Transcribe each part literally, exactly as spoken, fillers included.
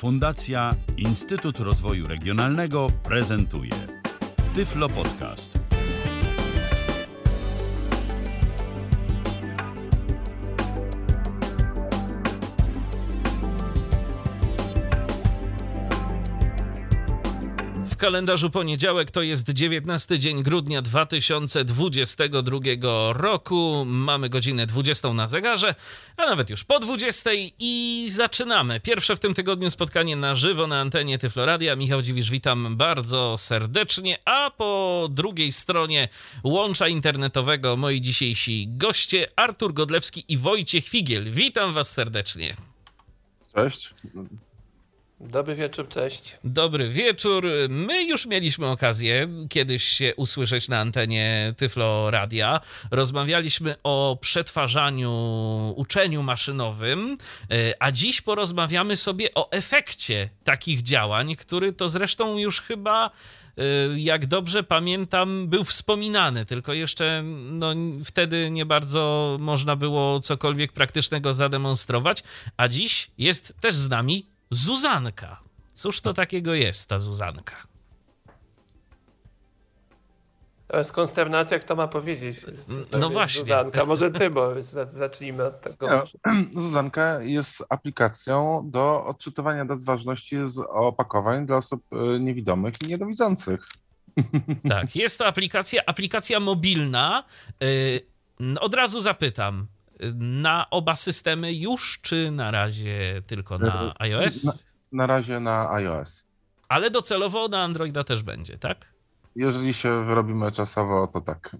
Fundacja Instytut Rozwoju Regionalnego prezentuje Tyflo Podcast. W kalendarzu poniedziałek to jest dziewiętnasty dzień grudnia dwa tysiące dwudziestego drugiego roku. Mamy godzinę dwudziestą na zegarze, a nawet już po dwudziestej i zaczynamy. Pierwsze w tym tygodniu spotkanie na żywo na antenie Tyflo Radia. Michał Dziwisz, witam bardzo serdecznie, a po drugiej stronie łącza internetowego moi dzisiejsi goście Artur Godlewski i Wojciech Figiel. Witam was serdecznie. Cześć. Dobry wieczór, cześć. Dobry wieczór. My już mieliśmy okazję kiedyś się usłyszeć na antenie Tyflo Radia. Rozmawialiśmy o przetwarzaniu, uczeniu maszynowym, a dziś porozmawiamy sobie o efekcie takich działań, który to zresztą już chyba, jak dobrze pamiętam, był wspominany, tylko jeszcze no, wtedy nie bardzo można było cokolwiek praktycznego zademonstrować, a dziś jest też z nami Zuzanka. Cóż to takiego jest ta Zuzanka? To jest konsternacja, kto ma powiedzieć. No jest właśnie. Zuzanka, może ty, bo zacznijmy od tego. No, Zuzanka jest aplikacją do odczytywania dat ważności z opakowań dla osób niewidomych i niedowidzących. Tak, jest to aplikacja, aplikacja mobilna. Yy, od razu zapytam, na oba systemy już, czy na razie tylko na iOS? Na, na razie na iOS. Ale docelowo na Androida też będzie, tak? Jeżeli się wyrobimy czasowo, to tak.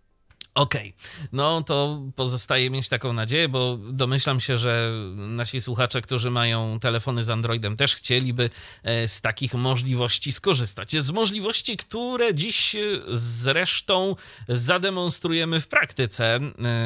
Okej, okay. No to pozostaje mieć taką nadzieję, bo domyślam się, że nasi słuchacze, którzy mają telefony z Androidem, też chcieliby z takich możliwości skorzystać. Z możliwości, które dziś zresztą zademonstrujemy w praktyce,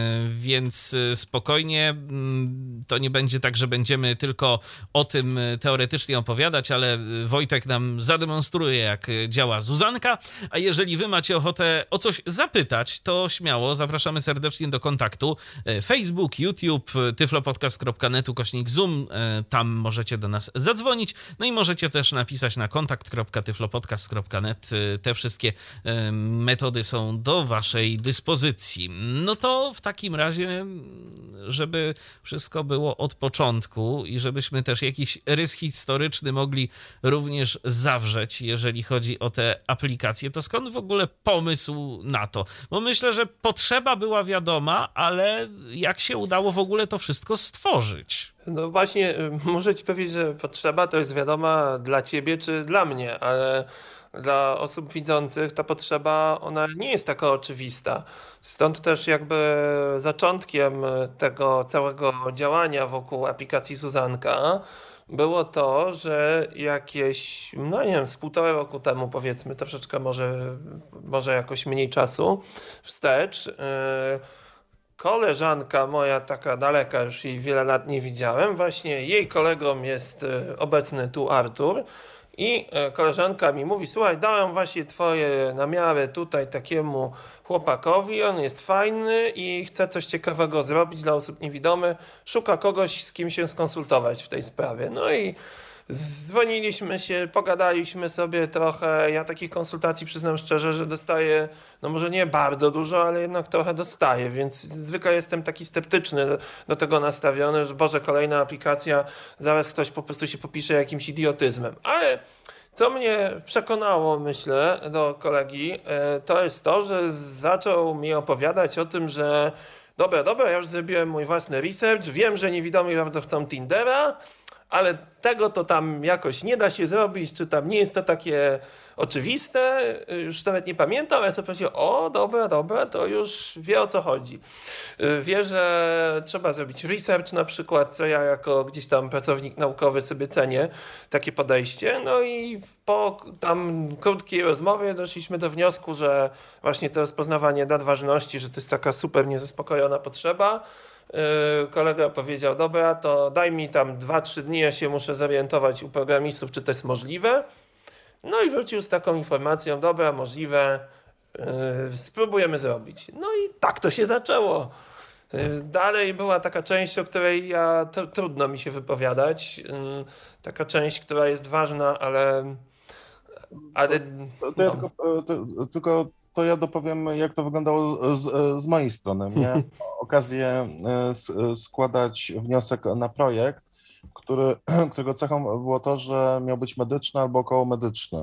więc spokojnie to nie będzie tak, że będziemy tylko o tym teoretycznie opowiadać, ale Wojtek nam zademonstruje, jak działa Zuzanka, a jeżeli wy macie ochotę o coś zapytać, to śmiało zapraszamy serdecznie do kontaktu. Facebook, YouTube, tyflopodcast kropka net ukośnik Zoom. Tam możecie do nas zadzwonić. No i możecie też napisać na kontakt kropka tyflopodcast kropka net. Te wszystkie metody są do waszej dyspozycji. No to w takim razie, żeby wszystko było od początku i żebyśmy też jakiś rys historyczny mogli również zawrzeć, jeżeli chodzi o te aplikacje, to skąd w ogóle pomysł na to? Bo myślę, że potrzeba była wiadoma, ale jak się udało w ogóle to wszystko stworzyć? No właśnie, muszę ci powiedzieć, że potrzeba to jest wiadoma dla ciebie czy dla mnie, ale dla osób widzących ta potrzeba, ona nie jest taka oczywista. Stąd też jakby zaczątkiem tego całego działania wokół aplikacji Zuzanka było to, że jakieś, no nie wiem, z półtora roku temu, powiedzmy, troszeczkę może, może jakoś mniej czasu wstecz, yy, koleżanka moja, taka daleka, już jej wiele lat nie widziałem, właśnie jej kolegą jest obecny tu Artur i koleżanka mi mówi: słuchaj, dałem właśnie twoje namiary tutaj takiemu chłopakowi, on jest fajny i chce coś ciekawego zrobić dla osób niewidomych, szuka kogoś, z kim się skonsultować w tej sprawie. No i dzwoniliśmy się, pogadaliśmy sobie trochę. Ja takich konsultacji, przyznam szczerze, że dostaję, no może nie bardzo dużo, ale jednak trochę dostaję, więc zwykle jestem taki sceptyczny do, do tego nastawiony, że Boże, kolejna aplikacja, zaraz ktoś po prostu się popisze jakimś idiotyzmem. Ale co mnie przekonało, myślę, do kolegi, to jest to, że zaczął mi opowiadać o tym, że dobra, dobra, ja już zrobiłem mój własny research, wiem, że niewidomi bardzo chcą Tindera, ale tego to tam jakoś nie da się zrobić, czy tam nie jest to takie oczywiste, już nawet nie pamiętam, ale sobie powiedział: o, dobra, dobra, to już wie, o co chodzi. Wie, że trzeba zrobić research na przykład, co ja jako gdzieś tam pracownik naukowy sobie cenię takie podejście. No i po tam krótkiej rozmowie doszliśmy do wniosku, że właśnie to rozpoznawanie dat ważności, że to jest taka super niezaspokojona potrzeba. Kolega powiedział: dobra, to daj mi tam dwa trzy dni, ja się muszę zorientować u programistów, czy to jest możliwe. No i wrócił z taką informacją: dobra, możliwe, yy, spróbujemy zrobić. No i tak to się zaczęło. Dalej była taka część, o której ja to, trudno mi się wypowiadać. Taka część, która jest ważna, ale... ale to, to ja no. tylko, to, tylko to ja dopowiem, jak to wyglądało z, z mojej strony. Miałem okazję składać wniosek na projekt, który, którego cechą było to, że miał być medyczny albo okołomedyczny.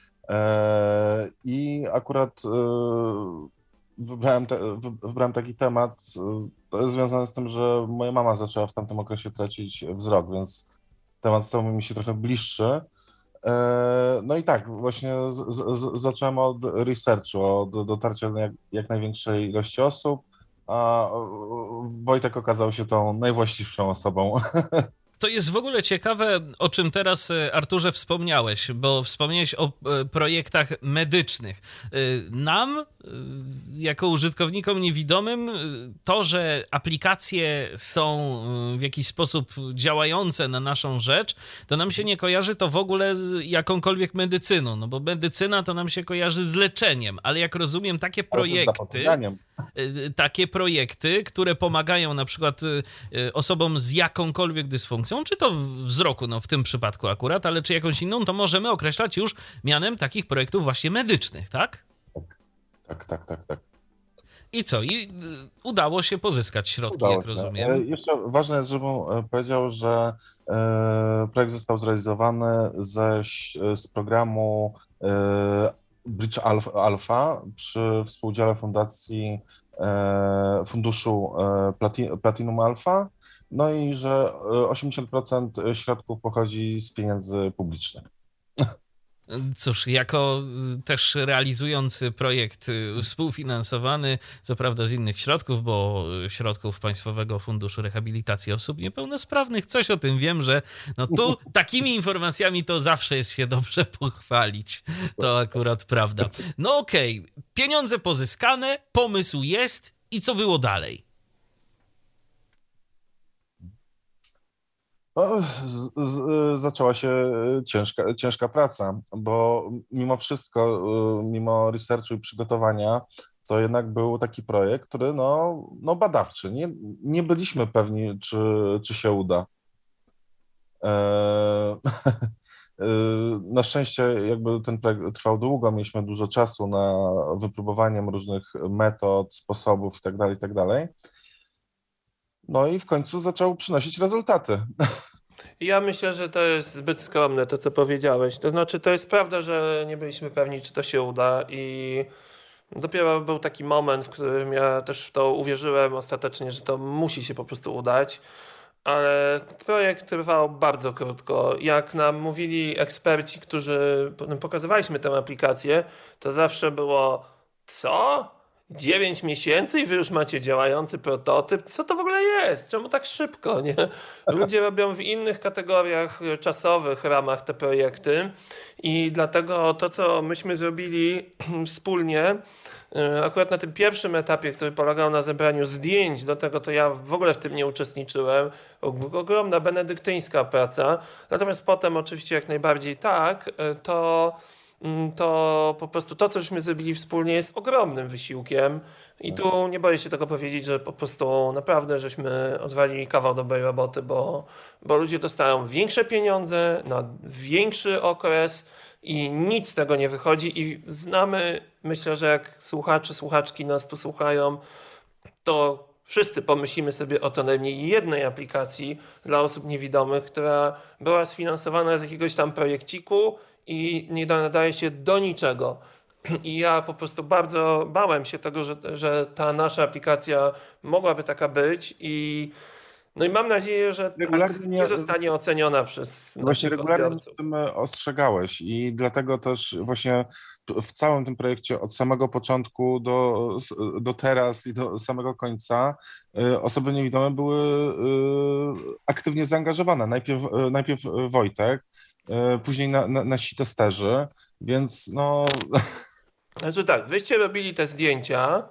I akurat wybrałem, te, wybrałem taki temat, to jest związane z tym, że moja mama zaczęła w tamtym okresie tracić wzrok, więc temat stał mi się trochę bliższy. No i tak, właśnie z, z, zacząłem od researchu, od dotarcia do jak, jak największej ilości osób, a Wojtek okazał się tą najwłaściwszą osobą. To jest w ogóle ciekawe, o czym teraz, Arturze, wspomniałeś, bo wspomniałeś o projektach medycznych. Nam, jako użytkownikom niewidomym, to, że aplikacje są w jakiś sposób działające na naszą rzecz, to nam się nie kojarzy to w ogóle z jakąkolwiek medycyną, no bo medycyna to nam się kojarzy z leczeniem, ale jak rozumiem, takie projekty, takie projekty, które pomagają na przykład osobom z jakąkolwiek dysfunkcją, czy to wzroku, no w tym przypadku akurat, ale czy jakąś inną, to możemy określać już mianem takich projektów właśnie medycznych, tak? Tak, tak, tak, tak. I co? I udało się pozyskać środki, Udało jak się. rozumiem. Jeszcze ważne jest, żebym powiedział, że projekt został zrealizowany ze, z programu Bridge Alpha przy współudziale Fundacji Funduszu Platinum Alpha, no i że osiemdziesiąt procent środków pochodzi z pieniędzy publicznych. Cóż, jako też realizujący projekt współfinansowany, co prawda z innych środków, bo środków Państwowego Funduszu Rehabilitacji Osób Niepełnosprawnych, coś o tym wiem, że no tu takimi informacjami to zawsze jest się dobrze pochwalić. To akurat prawda. No okej, okay. Pieniądze pozyskane, pomysł jest i co było dalej? No, z, z, zaczęła się ciężka, ciężka praca, bo mimo wszystko, mimo researchu i przygotowania, to jednak był taki projekt, który no, no badawczy. Nie, nie byliśmy pewni, czy, czy się uda. E, na szczęście jakby ten projekt trwał długo, mieliśmy dużo czasu na wypróbowanie różnych metod, sposobów itd., itd. No i w końcu zaczął przynosić rezultaty. Ja myślę, że to jest zbyt skromne, to co powiedziałeś. To znaczy, to jest prawda, że nie byliśmy pewni, czy to się uda i dopiero był taki moment, w którym ja też w to uwierzyłem ostatecznie, że to musi się po prostu udać. Ale projekt trwał bardzo krótko. Jak nam mówili eksperci, którzy pokazywaliśmy tę aplikację, to zawsze było co? dziewięć miesięcy i wy już macie działający prototyp? Co to w ogóle jest? Czemu tak szybko, nie? Ludzie robią w innych kategoriach czasowych ramach te projekty i dlatego to, co myśmy zrobili wspólnie, akurat na tym pierwszym etapie, który polegał na zebraniu zdjęć, do tego to ja w ogóle w tym nie uczestniczyłem, ogromna benedyktyńska praca, natomiast potem oczywiście jak najbardziej tak, to to po prostu to, co żeśmy zrobili wspólnie, jest ogromnym wysiłkiem i tu nie boję się tego powiedzieć, że po prostu naprawdę żeśmy odwalili kawał dobrej roboty, bo, bo ludzie dostają większe pieniądze na większy okres i nic z tego nie wychodzi i znamy, myślę, że jak słuchacze, słuchaczki nas tu słuchają, to wszyscy pomyślimy sobie o co najmniej jednej aplikacji dla osób niewidomych, która była sfinansowana z jakiegoś tam projekciku i nie nadaje się do niczego. I ja po prostu bardzo bałem się tego, że, że ta nasza aplikacja mogłaby taka być i no i mam nadzieję, że tak nie zostanie oceniona przez właśnie naszych regularnie odbiorców. o tym ostrzegałeś i dlatego też właśnie w całym tym projekcie od samego początku do, do teraz i do samego końca osoby niewidome były aktywnie zaangażowane. Najpierw, najpierw Wojtek, później na, na, nasi testerzy, więc no... Znaczy tak, wyście robili te zdjęcia,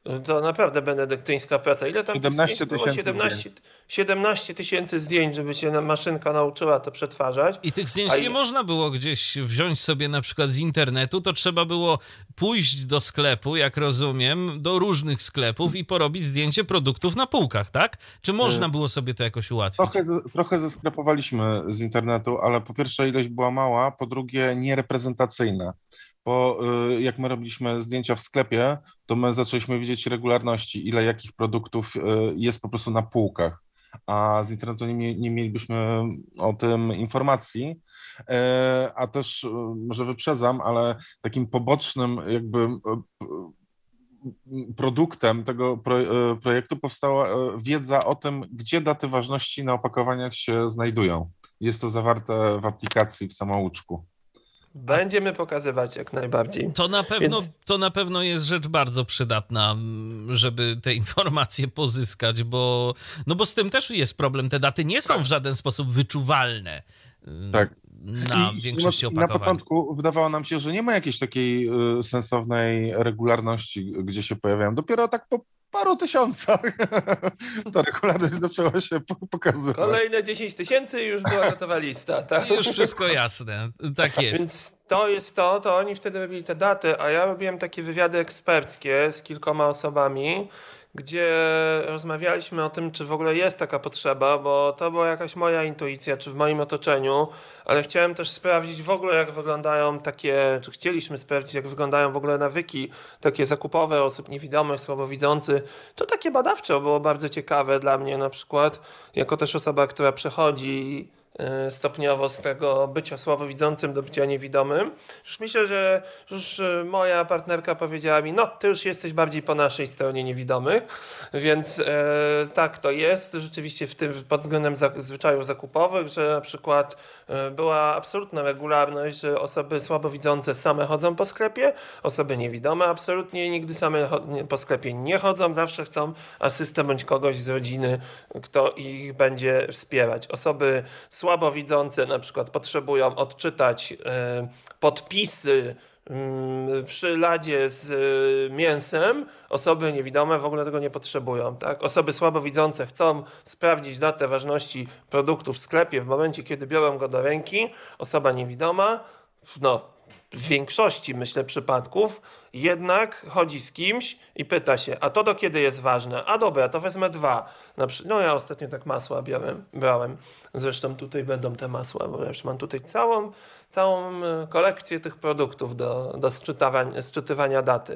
To naprawdę benedyktyńska praca. Ile tam tych siedemnaście zdjęć było? tysięcy siedemnaście, zdjęć. siedemnaście tysięcy zdjęć, żeby się na- maszynka nauczyła to przetwarzać. I tych zdjęć A nie i- można było gdzieś wziąć sobie na przykład z internetu, to trzeba było pójść do sklepu, jak rozumiem, do różnych sklepów i porobić zdjęcie produktów na półkach, tak? Czy można było sobie to jakoś ułatwić? Trochę, trochę zesklepowaliśmy z internetu, ale po pierwsze ilość była mała, po drugie niereprezentacyjna. Bo y, jak my robiliśmy zdjęcia w sklepie, to my zaczęliśmy widzieć regularności, ile jakich produktów y, jest po prostu na półkach, a z internetu nie, mie- nie mielibyśmy o tym informacji. E, A też, y, może wyprzedzam, ale takim pobocznym jakby y, y, produktem tego pro, y, projektu powstała y, wiedza o tym, gdzie daty ważności na opakowaniach się znajdują. Jest to zawarte w aplikacji w samouczku. Będziemy pokazywać jak najbardziej. To na pewno, Więc- to na pewno jest rzecz bardzo przydatna, żeby te informacje pozyskać, bo, no bo z tym też jest problem. Te daty nie są w żaden sposób wyczuwalne Tak. na I większości na, na opakowań. początku wydawało nam się, że nie ma jakiejś takiej y, sensownej regularności, gdzie się pojawiają. Dopiero tak po paru tysiącach ta regularność zaczęła się po- pokazywać. Kolejne dziesięć tysięcy i już była gotowa lista, tak? Już wszystko jasne, tak jest. Więc to jest to, to oni wtedy robili te daty, a ja robiłem takie wywiady eksperckie z kilkoma osobami, gdzie rozmawialiśmy o tym, czy w ogóle jest taka potrzeba, bo to była jakaś moja intuicja, czy w moim otoczeniu, ale chciałem też sprawdzić w ogóle, jak wyglądają takie, czy chcieliśmy sprawdzić, jak wyglądają w ogóle nawyki takie zakupowe osób niewidomych, słabowidzących. To takie badawczo było bardzo ciekawe dla mnie na przykład, jako też osoba, która przechodzi y, stopniowo z tego bycia słabowidzącym do bycia niewidomym. Już myślę, że już y, moja partnerka powiedziała mi, no ty już jesteś bardziej po naszej stronie niewidomych, więc y, tak to jest rzeczywiście w tym pod względem za, zwyczajów zakupowych, że na przykład y, była absolutna regularność, że osoby słabowidzące same chodzą po sklepie, osoby niewidome absolutnie nigdy same cho- nie- po sklepie nie chodzą, zawsze chcą asystę bądź kogoś z rodziny, kto ich będzie wspierać. Osoby słabowidzące na przykład potrzebują odczytać e, podpisy mm, przy ladzie z e, mięsem, osoby niewidome w ogóle tego nie potrzebują. Tak? Osoby słabowidzące chcą sprawdzić datę ważności produktu w sklepie w momencie, kiedy biorą go do ręki. Osoba niewidoma, no w większości, myślę, przypadków jednak chodzi z kimś i pyta się, a to do kiedy jest ważne? A dobra, to wezmę dwa. Na przy... No ja ostatnio tak masła biorę, brałem. Zresztą tutaj będą te masła, bo ja już mam tutaj całą, całą e, kolekcję tych produktów do, do sczytywania, sczytywania daty.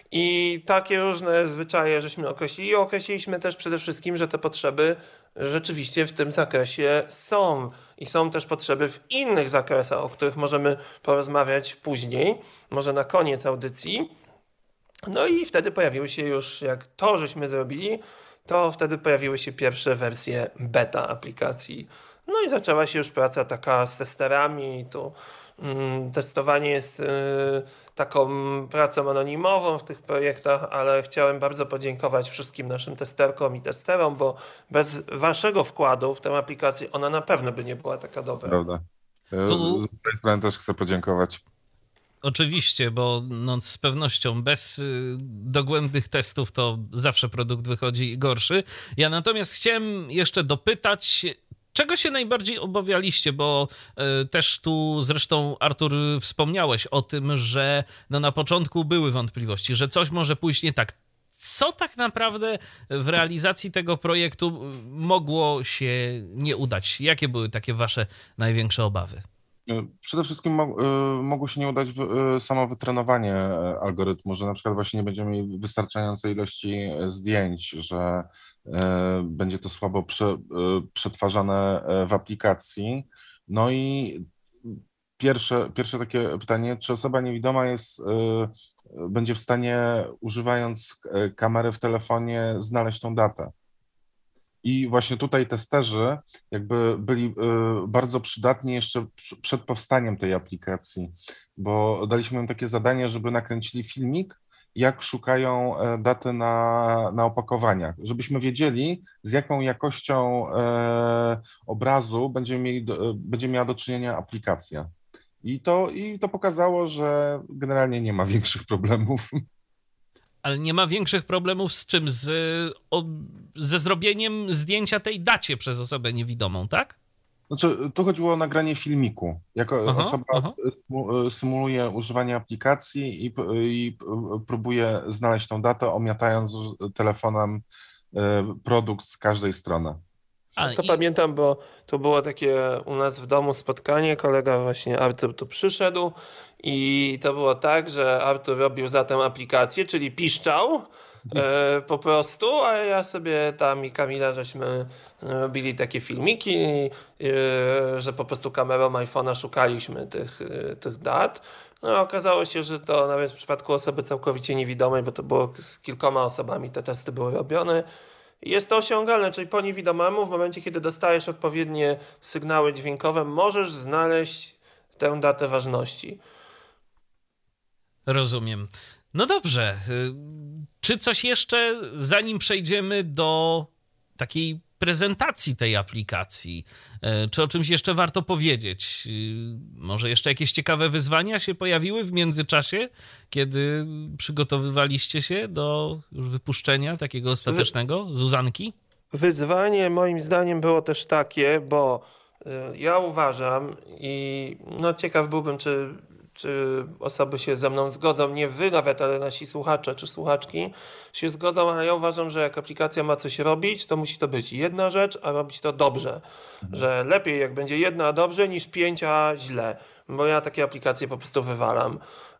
I takie różne zwyczaje żeśmy określili. I określiliśmy też przede wszystkim, że te potrzeby rzeczywiście w tym zakresie są. I są też potrzeby w innych zakresach, o których możemy porozmawiać później, może na koniec audycji. No i wtedy pojawiły się już, jak to żeśmy zrobili, to wtedy pojawiły się pierwsze wersje beta aplikacji. No i zaczęła się już praca taka z testerami. Tu mm, testowanie jest y, taką pracą anonimową w tych projektach, ale chciałem bardzo podziękować wszystkim naszym testerkom i testerom, bo bez waszego wkładu w tę aplikację ona na pewno by nie była taka dobra. Prawda. Tu- Z tej strony też chcę podziękować. Oczywiście, bo no, z pewnością bez y, dogłębnych testów to zawsze produkt wychodzi gorszy. Ja natomiast chciałem jeszcze dopytać, czego się najbardziej obawialiście, bo y, też tu zresztą, Artur, wspomniałeś o tym, że no, na początku były wątpliwości, że coś może pójść nie tak. Co tak naprawdę w realizacji tego projektu mogło się nie udać? Jakie były takie wasze największe obawy? Przede wszystkim mo- y, mogło się nie udać w, y, samo wytrenowanie e, algorytmu, że na przykład właśnie nie będziemy mieli wystarczającej ilości zdjęć, że e, będzie to słabo prze, y, przetwarzane e, w aplikacji. No i pierwsze, pierwsze takie pytanie, czy osoba niewidoma jest, y, będzie w stanie, używając e, kamery w telefonie, znaleźć tą datę? I właśnie tutaj testerzy jakby byli y, bardzo przydatni jeszcze przy- przed powstaniem tej aplikacji, bo daliśmy im takie zadanie, żeby nakręcili filmik, jak szukają e, daty na, na opakowaniach, żebyśmy wiedzieli, z jaką jakością e, obrazu będziemy mieli do, e, będzie miała do czynienia aplikacja. I to, I to pokazało, że generalnie nie ma większych problemów. Ale nie ma większych problemów z czym? Z, o, ze zrobieniem zdjęcia tej dacie przez osobę niewidomą, tak? Znaczy, tu chodziło o nagranie filmiku. Jako Aha, osoba aha. symu- symuluje używanie aplikacji i, i próbuje znaleźć tą datę, omiatając telefonem y, produkt z każdej strony. A, To i, pamiętam, bo to było takie u nas w domu spotkanie, kolega właśnie Artur tu przyszedł i to było tak, że Artur robił za tę aplikację, czyli piszczał e, po prostu, a ja sobie tam i Kamila żeśmy robili takie filmiki, e, że po prostu kamerą iPhone'a szukaliśmy tych, e, tych dat. No okazało się, że to nawet w przypadku osoby całkowicie niewidomej, bo to było z kilkoma osobami, te testy były robione, jest to osiągalne, czyli po niewidomemu w momencie, kiedy dostajesz odpowiednie sygnały dźwiękowe, możesz znaleźć tę datę ważności. rozumiem. No dobrze. y, Czy coś jeszcze, zanim przejdziemy do takiej prezentacji tej aplikacji, y, czy o czymś jeszcze warto powiedzieć? Y, Może jeszcze jakieś ciekawe wyzwania się pojawiły w międzyczasie, kiedy przygotowywaliście się do już wypuszczenia takiego ostatecznego Zuzanki? Wyzwanie moim zdaniem było też takie, bo y, ja uważam i no ciekaw byłbym, czy, czy osoby się ze mną zgodzą, nie wy nawet, ale nasi słuchacze czy słuchaczki się zgodzą, ale ja uważam, że jak aplikacja ma coś robić, to musi to być jedna rzecz, a robić to dobrze. Że lepiej jak będzie jedna dobrze niż pięć a źle, bo ja takie aplikacje po prostu wywalam.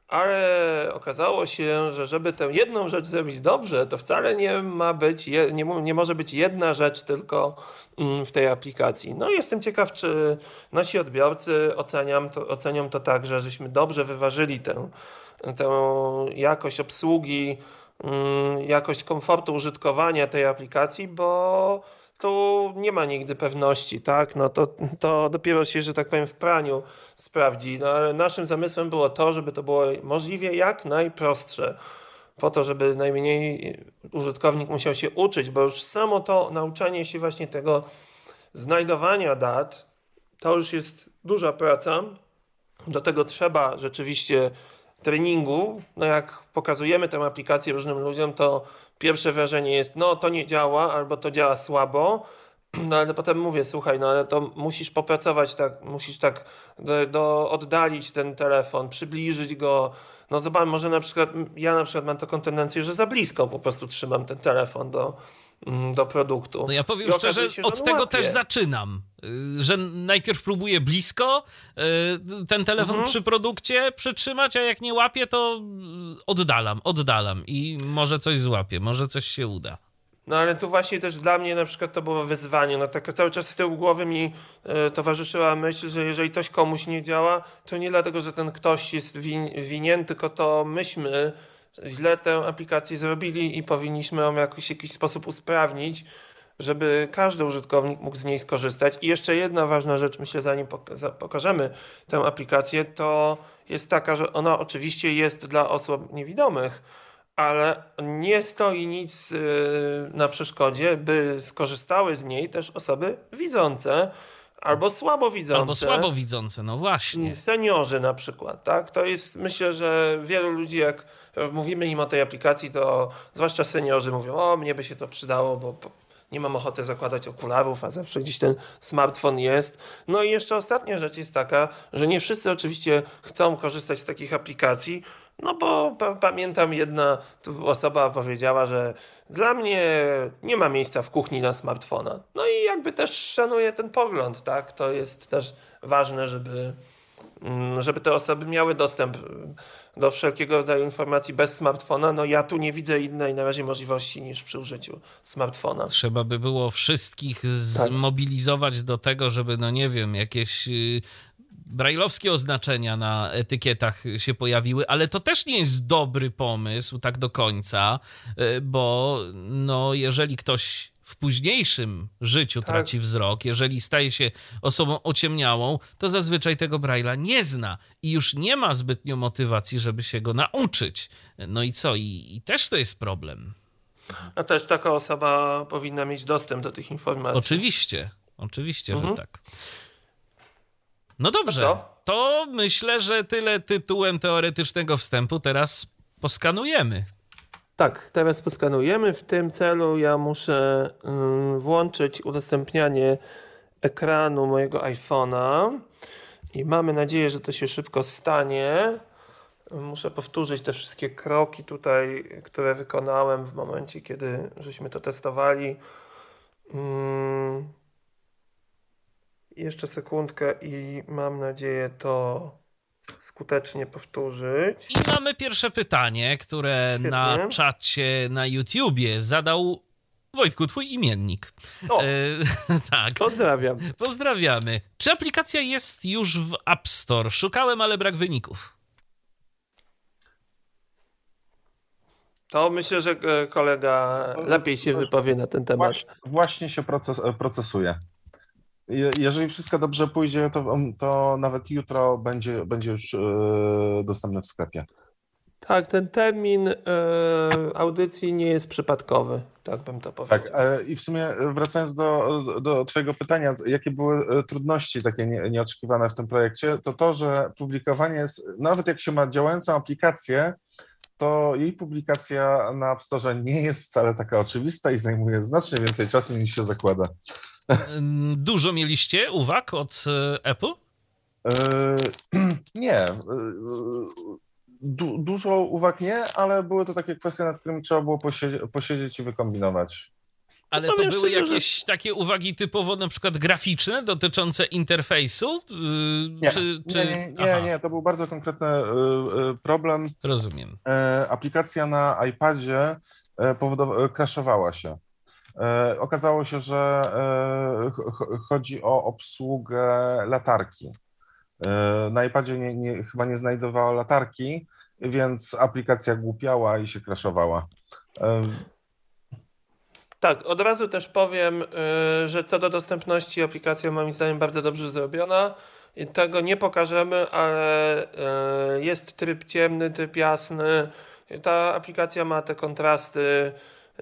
Ale okazało się, że żeby tę jedną rzecz zrobić dobrze, to wcale nie ma być, je, nie, nie może być jedna rzecz tylko mm, w tej aplikacji. No i jestem ciekaw, czy nasi odbiorcy oceniam to, ocenią to tak, że żeśmy dobrze wyważyli tę, tę jakość obsługi, mm, jakość komfortu użytkowania tej aplikacji, bo tu nie ma nigdy pewności, tak? No to, to dopiero się, że tak powiem, w praniu sprawdzi. No, ale naszym zamysłem było to, żeby to było możliwie jak najprostsze. Po to, żeby najmniej użytkownik musiał się uczyć, bo już samo to nauczanie się właśnie tego znajdowania dat, to już jest duża praca. Do tego trzeba rzeczywiście treningu. No jak pokazujemy tę aplikację różnym ludziom, to pierwsze wrażenie jest, no to nie działa, albo to działa słabo, no ale potem mówię, słuchaj, no ale to musisz popracować tak, musisz tak do, do oddalić ten telefon, przybliżyć go, no zobacz, może na przykład, ja na przykład mam taką tendencję, że za blisko po prostu trzymam ten telefon do, do produktu. No ja powiem I szczerze, okazuje się, że od on tego łapie. też zaczynam, y, że najpierw próbuję blisko y, ten telefon Mhm. przy produkcie przytrzymać, a jak nie łapie, to y, oddalam, oddalam i może coś złapię, może coś się uda. No ale tu właśnie też dla mnie na przykład to było wyzwanie. No tak cały czas z tyłu głowy mi e, towarzyszyła myśl, że jeżeli coś komuś nie działa, to nie dlatego, że ten ktoś jest win, winien, tylko to myśmy źle tę aplikację zrobili i powinniśmy ją jakoś, w jakiś sposób usprawnić, żeby każdy użytkownik mógł z niej skorzystać. I jeszcze jedna ważna rzecz, myślę, zanim poka- pokażemy tę aplikację, to jest taka, że ona oczywiście jest dla osób niewidomych, ale nie stoi nic y, na przeszkodzie, by skorzystały z niej też osoby widzące albo słabowidzące. Albo słabowidzące, no właśnie. Seniorzy na przykład, tak? To jest, myślę, że wielu ludzi, jak mówimy im o tej aplikacji, to zwłaszcza seniorzy mówią, o, mnie by się to przydało, bo nie mam ochoty zakładać okularów, a zawsze gdzieś ten smartfon jest. No i jeszcze ostatnia rzecz jest taka, że nie wszyscy oczywiście chcą korzystać z takich aplikacji, no bo pa- pamiętam, jedna tu osoba powiedziała, że dla mnie nie ma miejsca w kuchni na smartfona. No i jakby też szanuję ten pogląd, tak? To jest też ważne, żeby, mm, żeby te osoby miały dostęp do wszelkiego rodzaju informacji bez smartfona. No ja tu nie widzę innej na razie możliwości niż przy użyciu smartfona. Trzeba by było wszystkich zmobilizować do tego, żeby, no nie wiem, jakieś y, brajlowskie oznaczenia na etykietach się pojawiły, ale to też nie jest dobry pomysł tak do końca, y, bo no jeżeli ktoś w późniejszym życiu Tak. traci wzrok, jeżeli staje się osobą ociemniałą, to zazwyczaj tego Braille'a nie zna i już nie ma zbytnio motywacji, żeby się go nauczyć. No i co? I, i też to jest problem. A też taka osoba powinna mieć dostęp do tych informacji. Oczywiście, oczywiście, Mhm. że tak. No dobrze, To co? to myślę, że tyle tytułem teoretycznego wstępu. Teraz poskanujemy. Tak, teraz poskanujemy. W tym celu ja muszę ym, włączyć udostępnianie ekranu mojego iPhone'a i mamy nadzieję, że to się szybko stanie. Muszę powtórzyć te wszystkie kroki tutaj, które wykonałem w momencie, kiedy żeśmy to testowali. Ym, jeszcze sekundkę i mam nadzieję to skutecznie powtórzyć. I mamy pierwsze pytanie, które Świetnie. na czacie na YouTubie zadał Wojtku, twój imiennik. O, E, tak. pozdrawiam. Pozdrawiamy. Czy aplikacja jest już w App Store? Szukałem, ale brak wyników. To myślę, że e, kolega lepiej się wypowie na ten temat. Właśnie, właśnie się proces, procesuje. Je- Jeżeli wszystko dobrze pójdzie, to, to nawet jutro będzie, będzie już e, dostępny w sklepie. Tak, ten termin e, audycji nie jest przypadkowy, tak bym to powiedział. Tak, e, i w sumie wracając do, do Twojego pytania, jakie były e, trudności takie nie, nieoczekiwane w tym projekcie, to to, że publikowanie jest, nawet jak się ma działającą aplikację, to jej publikacja na App Store nie jest wcale taka oczywista i zajmuje znacznie więcej czasu niż się zakłada. Dużo mieliście uwag od e, Apple? E, Nie. e, Du, dużo uwag nie, ale były to takie kwestie, nad którymi trzeba było posiedzieć, posiedzieć i wykombinować. Ale No to powiem były szczerze, że- jakieś takie uwagi typowo na przykład graficzne, dotyczące interfejsu? Yy, Nie, czy, czy... nie, nie, Aha, nie, nie, to był bardzo konkretny e, e, problem. rozumiem. E, Aplikacja na iPadzie e, powodowa- e, crashowała się. E, Okazało się, że e, ch- ch- chodzi o obsługę latarki. E, Na iPadzie nie, nie, chyba nie znajdowała latarki, więc aplikacja głupiała i się crashowała. E, Tak, od razu też powiem, y, że co do dostępności aplikacja moim zdaniem bardzo dobrze zrobiona. I tego nie pokażemy, ale y, jest tryb ciemny, tryb jasny. Ta aplikacja ma te kontrasty.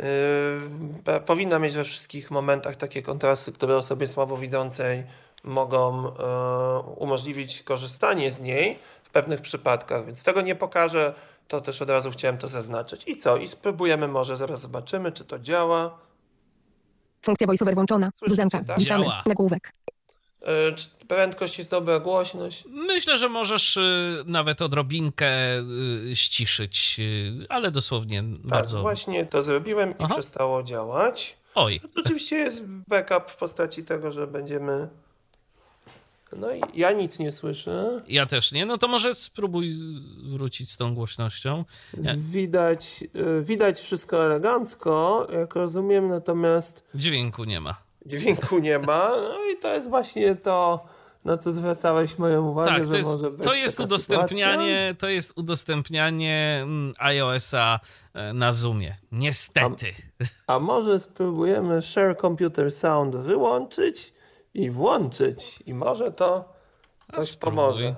y, Powinna mieć we wszystkich momentach takie kontrasty, które osobie słabowidzącej mogą y, umożliwić korzystanie z niej w pewnych przypadkach, więc tego nie pokażę. To też od razu chciałem to zaznaczyć. I co? I spróbujemy, może zaraz zobaczymy, czy to działa. Funkcja voiceover włączona. Słyszycie, Zuzanka, tak? witamy. Działa. Nagłówek. Yy, Czy prędkość jest dobra, głośność? Myślę, że możesz y, nawet odrobinkę y, ściszyć, y, ale dosłownie Tak, bardzo... właśnie to zrobiłem i Aha. przestało działać. Oj, Oczywiście jest backup w postaci tego, że będziemy... No i ja nic nie słyszę. ja też nie. No to może spróbuj wrócić z tą głośnością. Nie. Widać, yy, widać wszystko elegancko, jak rozumiem, natomiast Dźwięku nie ma. dźwięku nie ma. No i to jest właśnie to, na co zwracałeś moją uwagę, Tak, że to jest, może być to jest taka udostępnianie, to jest udostępnianie mm, iOS-a e, na Zoomie. Niestety. A może spróbujemy Share Computer Sound wyłączyć i włączyć i może to A coś spróbuj. pomoże.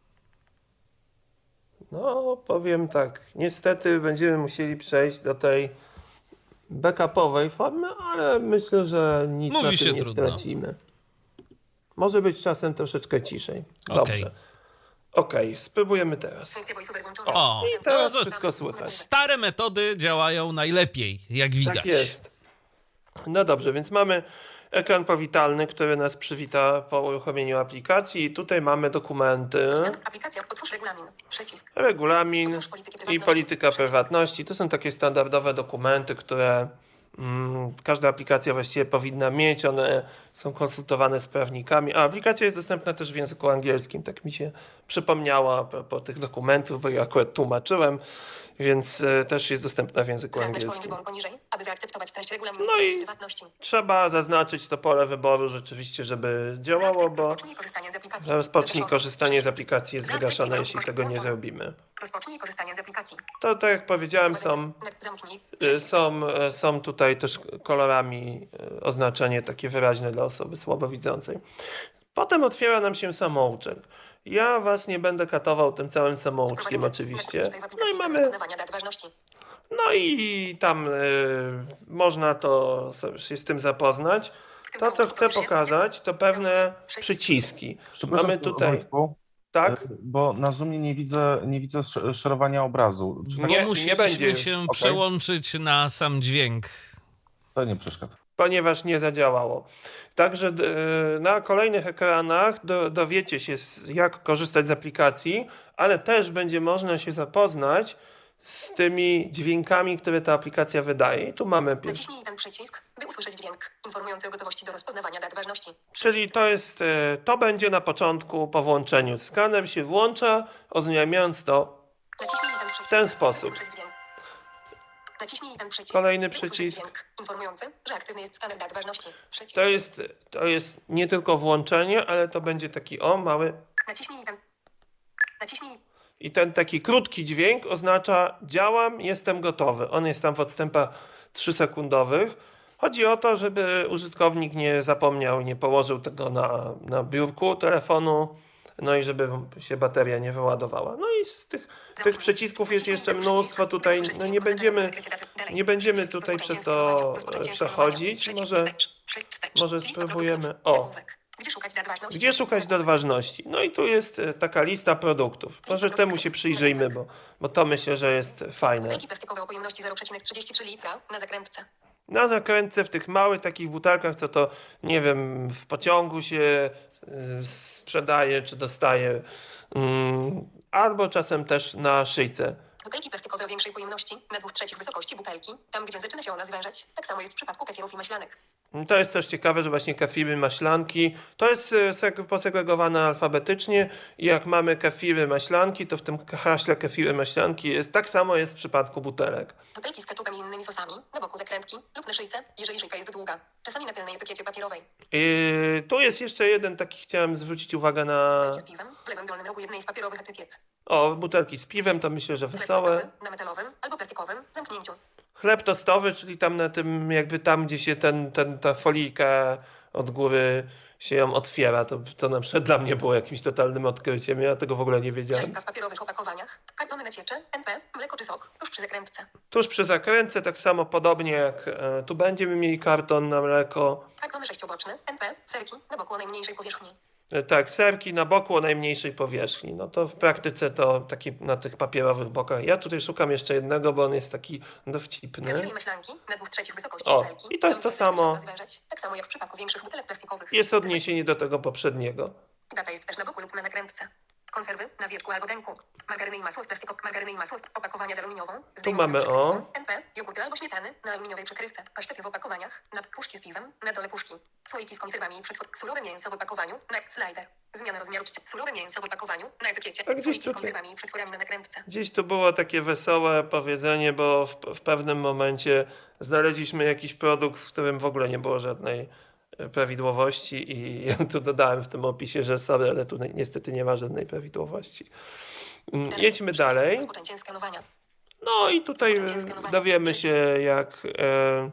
No, powiem tak, niestety będziemy musieli przejść do tej backupowej formy, ale myślę, że nic Mówi na się tym nie trudno. stracimy. Może być czasem troszeczkę ciszej. Okej. Dobrze. Okej, spróbujemy teraz. Funkcja voiceover włączona. O, I teraz no to- wszystko słychać. Stare metody działają najlepiej, jak widać. Tak jest. No dobrze, więc mamy ekran powitalny, który nas przywita po uruchomieniu aplikacji. I tutaj mamy dokumenty, Aplikacja. Otwórz regulamin. Przycisk. regulamin Otwórz politykę i prywatności. polityka Przycisk. prywatności. To są takie standardowe dokumenty, które mm, każda aplikacja właściwie powinna mieć. One są konsultowane z prawnikami, a aplikacja jest dostępna też w języku angielskim. Tak mi się przypomniała a propos tych dokumentów, bo ja akurat tłumaczyłem, więc e, też jest dostępna w języku Zaznacz pole angielskim. wyboru poniżej, aby zaakceptować treść regulaminu No i- prywatności. Trzeba zaznaczyć to pole wyboru rzeczywiście, żeby działało, bo Rozpocznij korzystanie z aplikacji. rozpocznij Wygaszony. korzystanie z Przycisk. aplikacji jest Zaakceptuj wygaszone, warunki jeśli tego nie włączone. zrobimy. Rozpocznij korzystanie z aplikacji. To tak jak powiedziałem, są, Zamknij. y, Przycisk. są, y, są tutaj też kolorami y, oznaczenie takie wyraźne dla osoby słabowidzącej. Potem otwiera nam się samouczek. Ja was nie będę katował tym całym samouczkiem Wprowadzenie oczywiście. metod w No aplikacji i do mamy, rozpoznawania dat ważności. no i tam y, można to sobie się z tym zapoznać. W tym To, co załączniku chcę powiesz się- pokazać, to pewne Przycisk. przyciski. Przepraszam, Mamy tutaj... Wojtku, Tak? Bo na Zoomie nie widzę, nie widzę sz- szerowania obrazu. Czy tak, Nie, Bo musieliśmy nie będzie już. się Okej. przełączyć na sam dźwięk. to nie przeszkadza. Ponieważ nie zadziałało. Także d- na kolejnych ekranach do, dowiecie się, z- jak korzystać z aplikacji, ale też będzie można się zapoznać z tymi dźwiękami, które ta aplikacja wydaje. I tu mamy. pier- Naciśnij ten przycisk, by usłyszeć dźwięk informujący o gotowości do rozpoznawania dat ważności. Czyli to jest, e, to będzie na początku po włączeniu. Skaner się włącza, oznajmiając to Naciśnij ten przycisk, w ten by sposób. usłyszeć dźwięk. Naciśnij ten przycisk. Kolejny by usłyszeć przycisk. dźwięk informujący, że aktywny jest skaner dat ważności. Przycisk. To jest, to jest nie tylko włączenie, ale to będzie taki o mały. Naciśnij ten. Naciśnij. I ten taki krótki dźwięk oznacza działam, jestem gotowy. On jest tam w odstępach trzysekundowych. Chodzi o to, żeby użytkownik nie zapomniał, nie położył tego na, na biurku telefonu, no i żeby się bateria nie wyładowała. No i z tych, tych przycisków jest jeszcze mnóstwo tutaj, no nie będziemy, nie będziemy tutaj przez to e, przechodzić. Może, może spróbujemy. O, Gdzie szukać dat ważności? gdzie szukać dat ważności? No i tu jest e, taka lista produktów. Może temu się przyjrzyjmy, bo, bo to myślę, że jest fajne. Butelki plastikowe o pojemności zero przecinek trzydzieści trzy litra na zakrętce. Na zakrętce w tych małych takich butelkach, co to, nie wiem, w pociągu się y, sprzedaje czy dostaje, mm, albo czasem też na szyjce. Butelki plastikowe o większej pojemności na dwóch trzecich wysokości butelki, tam gdzie zaczyna się ona zwężać. Tak samo jest w przypadku kefirów i maślanek. To jest też ciekawe, że właśnie kefiry, maślanki, to jest y, seg- posegregowane alfabetycznie i jak mamy kefiry, maślanki, to w tym haśle kefiry, maślanki jest tak samo jest w przypadku butelek. Butelki z keczupem i innymi sosami na boku zakrętki lub na szyjce, jeżeli szyjka jest długa. Czasami na tylnej etykiecie papierowej. I tu jest jeszcze jeden taki, chciałem zwrócić uwagę na... Butelki z piwem w lewym dolnym rogu jednej z papierowych etykiet. O, butelki z piwem, to myślę, że Chleb wesołe. tostowy na metalowym albo plastikowym zamknięciu. Chleb tostowy, czyli tam na tym, jakby tam, gdzie się ten, ten, ta folijka od góry się ją otwiera. To, to na przykład dla mnie było jakimś totalnym odkryciem. Ja tego w ogóle nie wiedziałem. Jajka w papierowych opakowaniach, kartony na ciecze, N P, mleko czy sok, tuż przy zakrętce. Tuż przy zakrętce, tak samo podobnie jak e, tu będziemy mieli karton na mleko. Kartony sześcioboczne, N P, serki na boku o najmniejszej powierzchni. E, tak, serki na boku o najmniejszej powierzchni. No to w praktyce to taki na tych papierowych bokach. Ja tutaj szukam jeszcze jednego, bo on jest taki dowcipny. Kefiry i maślanki na dwóch trzecich wysokości O, butelki. i to jest tam, to gdzie zaczyna się samo. ona zwężać. Tak samo jak w przypadku większych butelek plastikowych. Jest odniesienie do tego poprzedniego. Data jest też na boku lub na nakrętce. Konserwy na wierzchu albo denku. Margaryny i masło w plastiko, margaryny i masło w opakowania z aluminiową. zdejmową mamy, przykrywką, o. N P, jogurty albo śmietany na aluminiowej przykrywce. Pasztety w opakowaniach, na puszki z piwem, na dole puszki. Słoiki z konserwami i przetwór. Surowe mięso w opakowaniu, na slider. Zmiana rozmiaru czci. Surowe mięso w opakowaniu, na etykiecie. A gdzieś Słoiki z tutaj- konserwami i przetworami na nakrętce. Gdzieś tu było takie wesołe powiedzenie, bo w, w pewnym momencie znaleźliśmy jakiś produkt, w którym w ogóle nie było żadnej e, prawidłowości i ja tu dodałem w tym opisie, że sorry, ale tu ni- niestety nie ma żadnej prawidłowości. Mm, Dalej. Jedźmy Przycisk dalej. Rozpoczęcie skanowania. No i tutaj e, Rozpoczęcie skanowania. dowiemy się, jak, e,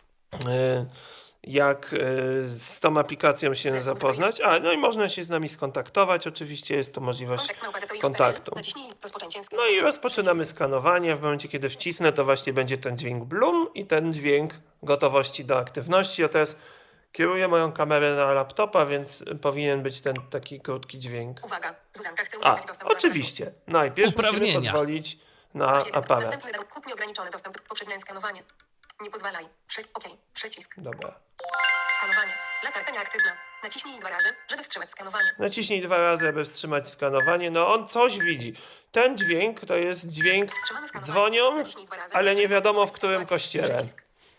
e, jak e, z tą aplikacją się Zespół zapoznać. A, no i można się z nami skontaktować. Oczywiście jest to możliwość Kontakt małpa zetoi kontaktu. kropka p l. Naciśnij rozpoczęcie No skanowania. i rozpoczynamy skanowanie. W momencie, kiedy wcisnę, to właśnie będzie ten dźwięk blum i ten dźwięk gotowości do aktywności. Ja teraz kieruję moją kamerę na laptopa, więc powinien być ten taki krótki dźwięk. Uwaga, Zuzanka chce A, uzyskać dostęp do oczywiście. Najpierw musimy Uprawnienia. pozwolić na aparatu. aparat. Następny dar- kup nieograniczony dostęp. Poprzednie skanowanie. Nie pozwalaj. Przy... OK. Przycisk. Dobra. Skanowanie. Latarka nieaktywna. Naciśnij dwa razy, żeby wstrzymać skanowanie. Naciśnij dwa razy, aby wstrzymać skanowanie. No on coś widzi. Ten dźwięk to jest dźwięk Wstrzymane skanowanie. dzwonią, Naciśnij dwa razy, ale żeby nie wiadomo w wstrzymać którym skanowanie. kościele. Przycisk.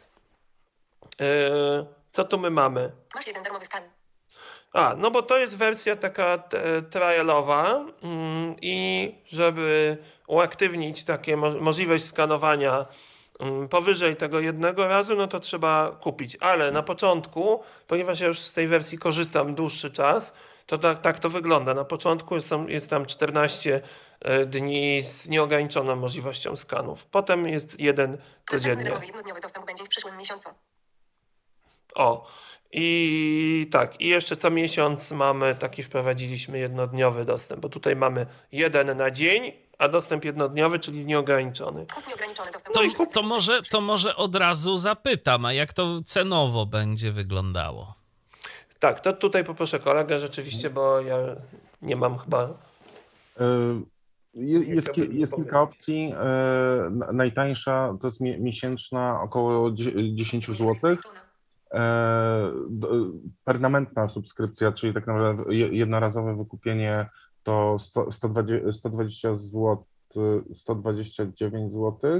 Yy, co tu my mamy? Masz jeden darmowy skan. A, no bo to jest wersja taka t- trialowa mm, i żeby uaktywnić takie mo- możliwość skanowania mm, powyżej tego jednego razu, no to trzeba kupić. Ale na początku, ponieważ ja już z tej wersji korzystam dłuższy czas, to tak, tak to wygląda. Na początku jest, tam- jest tam czternaście e, dni z nieograniczoną możliwością skanów. Potem jest jeden Następny codziennie. darmowy jednodniowy dostęp będzie w przyszłym miesiącu. O, i tak, i jeszcze co miesiąc mamy, taki wprowadziliśmy jednodniowy dostęp, bo tutaj mamy jeden na dzień, a dostęp jednodniowy, czyli nieograniczony. Kup nieograniczony dostęp To, do użytkownika. to, może, to może od razu zapytam, a jak to cenowo będzie wyglądało? Tak, to tutaj poproszę kolegę rzeczywiście, bo ja nie mam chyba Jest, Nie jest, chciałbym nic jest kilka powiedzieć. opcji. E, Najtańsza to jest mi- miesięczna około dziesięć złotych. E, d- Permanentna subskrypcja, czyli tak naprawdę je- jednorazowe wykupienie to sto, sto dwadzieścia, sto dwadzieścia złotych, sto dwadzieścia dziewięć złotych.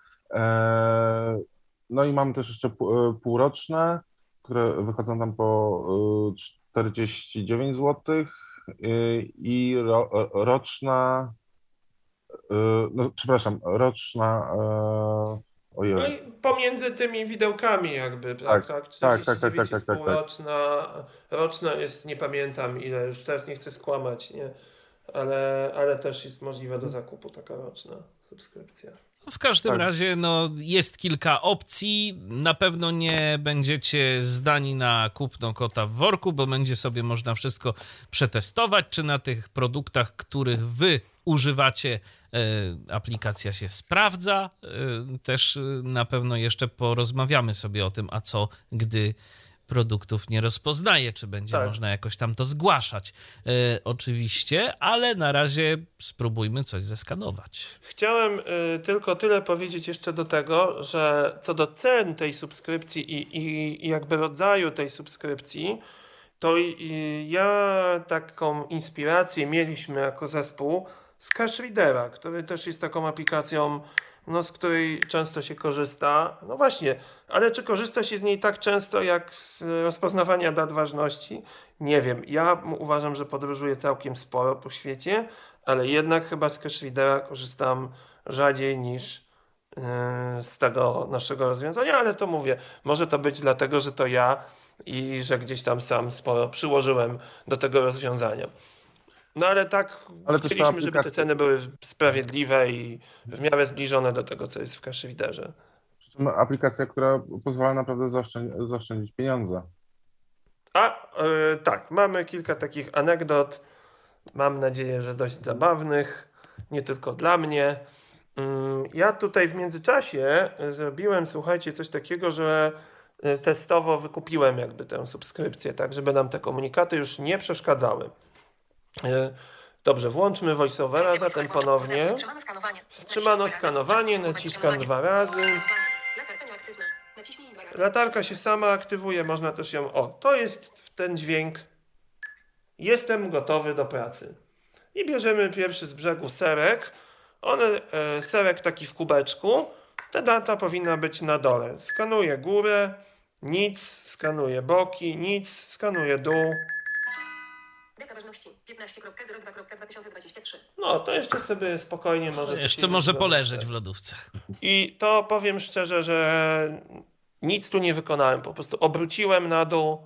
E, No i mamy też jeszcze pu- półroczne, które wychodzą tam po e, czterdzieści dziewięć złotych i ro, roczna, e, no przepraszam, roczna, e, ojej. No i pomiędzy tymi widełkami jakby, tak, Tak, tak, tak, tak, czterdzieści dziewięć tak, jest tak, tak, tak. półroczna, roczna jest, nie pamiętam ile, już teraz nie chcę skłamać, nie, ale, ale też jest możliwa do zakupu taka roczna subskrypcja. W każdym Tak. razie no, jest kilka opcji. Na pewno nie będziecie zdani na kupno kota w worku, bo będzie sobie można wszystko przetestować, czy na tych produktach, których wy używacie, e, aplikacja się sprawdza. E, też e, na pewno jeszcze porozmawiamy sobie o tym, a co gdy produktów nie rozpoznaje, czy będzie Tak. można jakoś tam to zgłaszać. E, oczywiście, ale na razie spróbujmy coś zeskanować. Chciałem y, tylko tyle powiedzieć jeszcze do tego, że co do cen tej subskrypcji i, i, i jakby rodzaju tej subskrypcji, to y, ja taką inspirację mieliśmy jako zespół z Cashreadera, który też jest taką aplikacją, no, z której często się korzysta. No właśnie, ale czy korzysta się z niej tak często jak z rozpoznawania dat ważności? Nie wiem. Ja m- uważam, że podróżuję całkiem sporo po świecie, ale jednak chyba z Cashreadera korzystam rzadziej niż yy, z tego naszego rozwiązania, ale to mówię, może to być dlatego, że to ja i że gdzieś tam sam sporo przyłożyłem do tego rozwiązania. No ale tak Ale też ta chcieliśmy, żeby te aplikacja- ceny były sprawiedliwe i w miarę zbliżone do tego, co jest w Cashreaderze. Przy czym aplikacja, która pozwala naprawdę zaoszczędzić, zaoszczędzić pieniądze. A yy, tak, mamy kilka takich anegdot, mam nadzieję, że dość zabawnych, nie tylko dla mnie. Ym, Ja tutaj w międzyczasie zrobiłem, słuchajcie, coś takiego, że y, testowo wykupiłem jakby tę subskrypcję, tak żeby nam te komunikaty już nie przeszkadzały. Y, Dobrze, włączmy voiceovera zatem ponownie. Wstrzymano skanowanie. Wstrzymano skanowanie, naciskam dwa razy. Latarka nieaktywna. Naciśnij dwa razy. Latarka się sama aktywuje, można też ją... O, to jest ten dźwięk. Jestem gotowy do pracy. I bierzemy pierwszy z brzegu serek. One, e, serek taki w kubeczku. Ta data powinna być na dole. Skanuję górę, nic. Skanuję boki, nic. Skanuję dół. Data ważności piętnaście zero dwa dwa tysiące dwadzieścia trzy. No, to jeszcze sobie spokojnie może... Jeszcze posiedzieć może w poleżeć lodówce. w lodówce. I to powiem szczerze, że nic tu nie wykonałem. Po prostu obróciłem na dół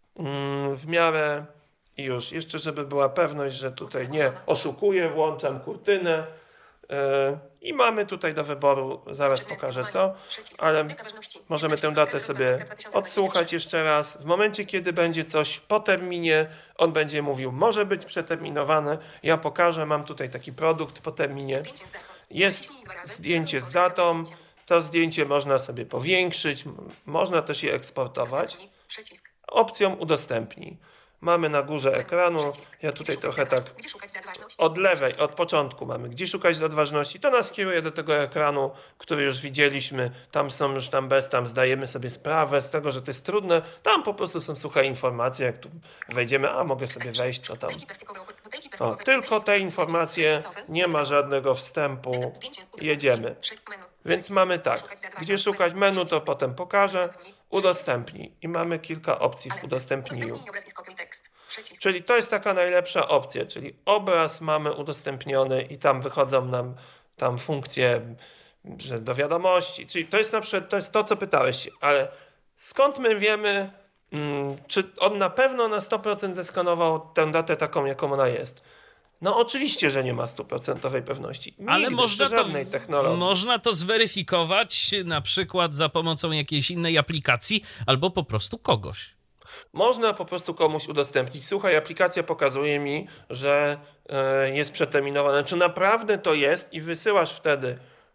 mm, w miarę i już. Jeszcze, żeby była pewność, że tutaj nie oszukuję, włączam kurtynę. Yy, I mamy tutaj do wyboru, zaraz pokażę co, ale możemy tę datę sobie odsłuchać jeszcze raz. W momencie, kiedy będzie coś po terminie, on będzie mówił, może być przeterminowane. Ja pokażę, mam tutaj taki produkt po terminie. Jest zdjęcie z datą. To zdjęcie można sobie powiększyć, m- można też je eksportować. Przycisk. Opcją udostępnij. Mamy na górze ekranu, ja tutaj trochę tak Gdzie szukać dat ważności? od lewej, od początku mamy, gdzie szukać dat ważności. To nas kieruje do tego ekranu, który już widzieliśmy. Tam są już tam bez, tam zdajemy sobie sprawę z tego, że to jest trudne. Tam po prostu są suche informacje, jak tu wejdziemy, a mogę sobie wejść, co tam. Butelki plastikowe, butelki O, plastikowe, tylko te butelki informacje, plastikowe, nie ma żadnego wstępu. zdjęcie, udostępnij, Jedziemy. przy- menu. Więc Przycisk. mamy tak, dat gdzie ważności? szukać menu, to Przycisk. potem pokażę. Udostępnij, Udostępnij. I mamy kilka opcji w Alert. udostępnieniu. Udostępnij obraz i skopiuj tekst. Przycisk. Czyli to jest taka najlepsza opcja, czyli obraz mamy udostępniony i tam wychodzą nam tam funkcje, że do wiadomości. Czyli to jest na przykład to, jest to co pytałeś się, ale skąd my wiemy, mm, czy on na pewno na sto procent zeskanował tę datę taką, jaką ona jest? No oczywiście, że nie ma stuprocentowej pewności. Nigdy, Ale można przy to, żadnej technologii. można to zweryfikować na przykład za pomocą jakiejś innej aplikacji albo po prostu kogoś. Można po prostu komuś udostępnić. Słuchaj, aplikacja pokazuje mi, że e, jest przeterminowane. Czy naprawdę to jest? I wysyłasz wtedy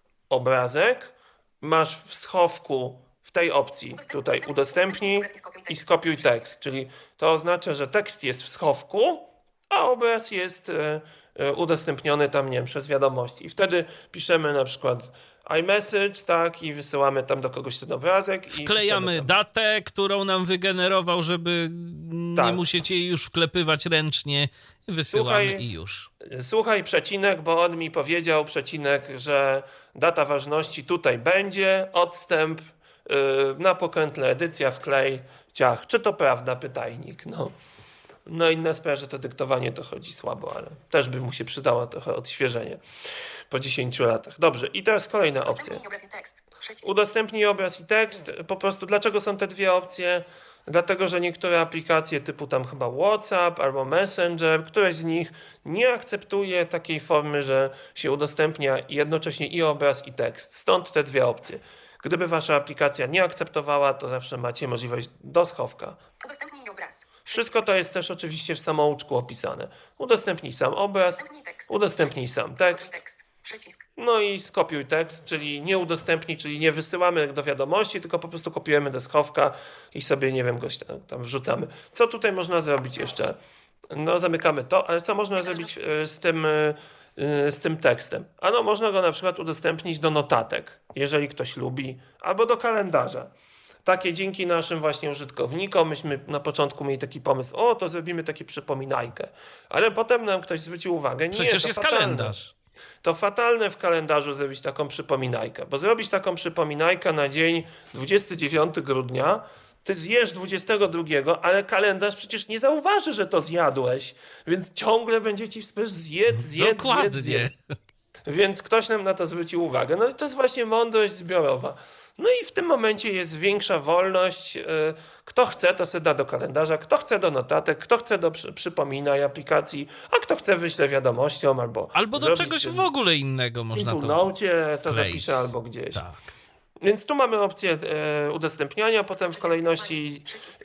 obrazek, masz w schowku w tej opcji tutaj udostępnij i skopiuj tekst. Czyli to oznacza, że tekst jest w schowku, a obraz jest e, udostępniony tam, nie wiem, przez wiadomości. I wtedy piszemy na przykład iMessage, tak, i wysyłamy tam do kogoś ten obrazek. Wklejamy tam... datę, którą nam wygenerował, żeby tak. nie musieć jej już wklepywać ręcznie. Wysyłamy słuchaj, i już. Słuchaj, przecinek, bo on mi powiedział, przecinek, że data ważności tutaj będzie, odstęp, yy, na pokrętle edycja, wklej, ciach. Czy to prawda? Pytajnik. No. No inna sprawa, że to dyktowanie to chodzi słabo, ale też by mu się przydało trochę odświeżenie po dziesięciu latach. Dobrze, i teraz kolejna opcja. Udostępnij obraz i tekst. Po prostu dlaczego są te dwie opcje? Dlatego, że niektóre aplikacje typu tam chyba WhatsApp albo Messenger, któreś z nich nie akceptuje takiej formy, że się udostępnia jednocześnie i obraz, i tekst. Stąd te dwie opcje. Gdyby wasza aplikacja nie akceptowała, to zawsze macie możliwość do schowka. Udostępnij obraz. Wszystko to jest też oczywiście w samouczku opisane. Udostępnij sam obraz, udostępnij, tekst. udostępnij sam tekst. tekst. Przycisk. No i skopiuj tekst, czyli nie udostępnij, czyli nie wysyłamy do wiadomości, tylko po prostu kopiujemy do schowka i sobie, nie wiem, goś tam, tam wrzucamy. Co tutaj można zrobić jeszcze? No zamykamy to, ale co można zrobić z tym, z tym tekstem? Ano można go na przykład udostępnić do notatek, jeżeli ktoś lubi, albo do kalendarza. Takie dzięki naszym właśnie użytkownikom, myśmy na początku mieli taki pomysł, o to zrobimy takie przypominajkę, ale potem nam ktoś zwrócił uwagę, nie, przecież to jest fatalne. kalendarz. To fatalne w kalendarzu zrobić taką przypominajkę, bo zrobić taką przypominajkę na dzień dwudziestego dziewiątego grudnia, ty zjesz dwudziestego drugiego, ale kalendarz przecież nie zauważy, że to zjadłeś, więc ciągle będzie ci wspomnieć zjedz, zjedz, Dokładnie. zjedz, zjedz. Więc ktoś nam na to zwrócił uwagę. No i to jest właśnie mądrość zbiorowa. No i w tym momencie jest większa wolność. Kto chce, to sobie da do kalendarza, kto chce do notatek, kto chce do przy, przypominaj aplikacji, a kto chce wyśle wiadomością albo Albo do czegoś w ogóle innego można to w Nocie to kleić. zapisze albo gdzieś. Tak. Więc tu mamy opcję e, udostępniania, potem w kolejności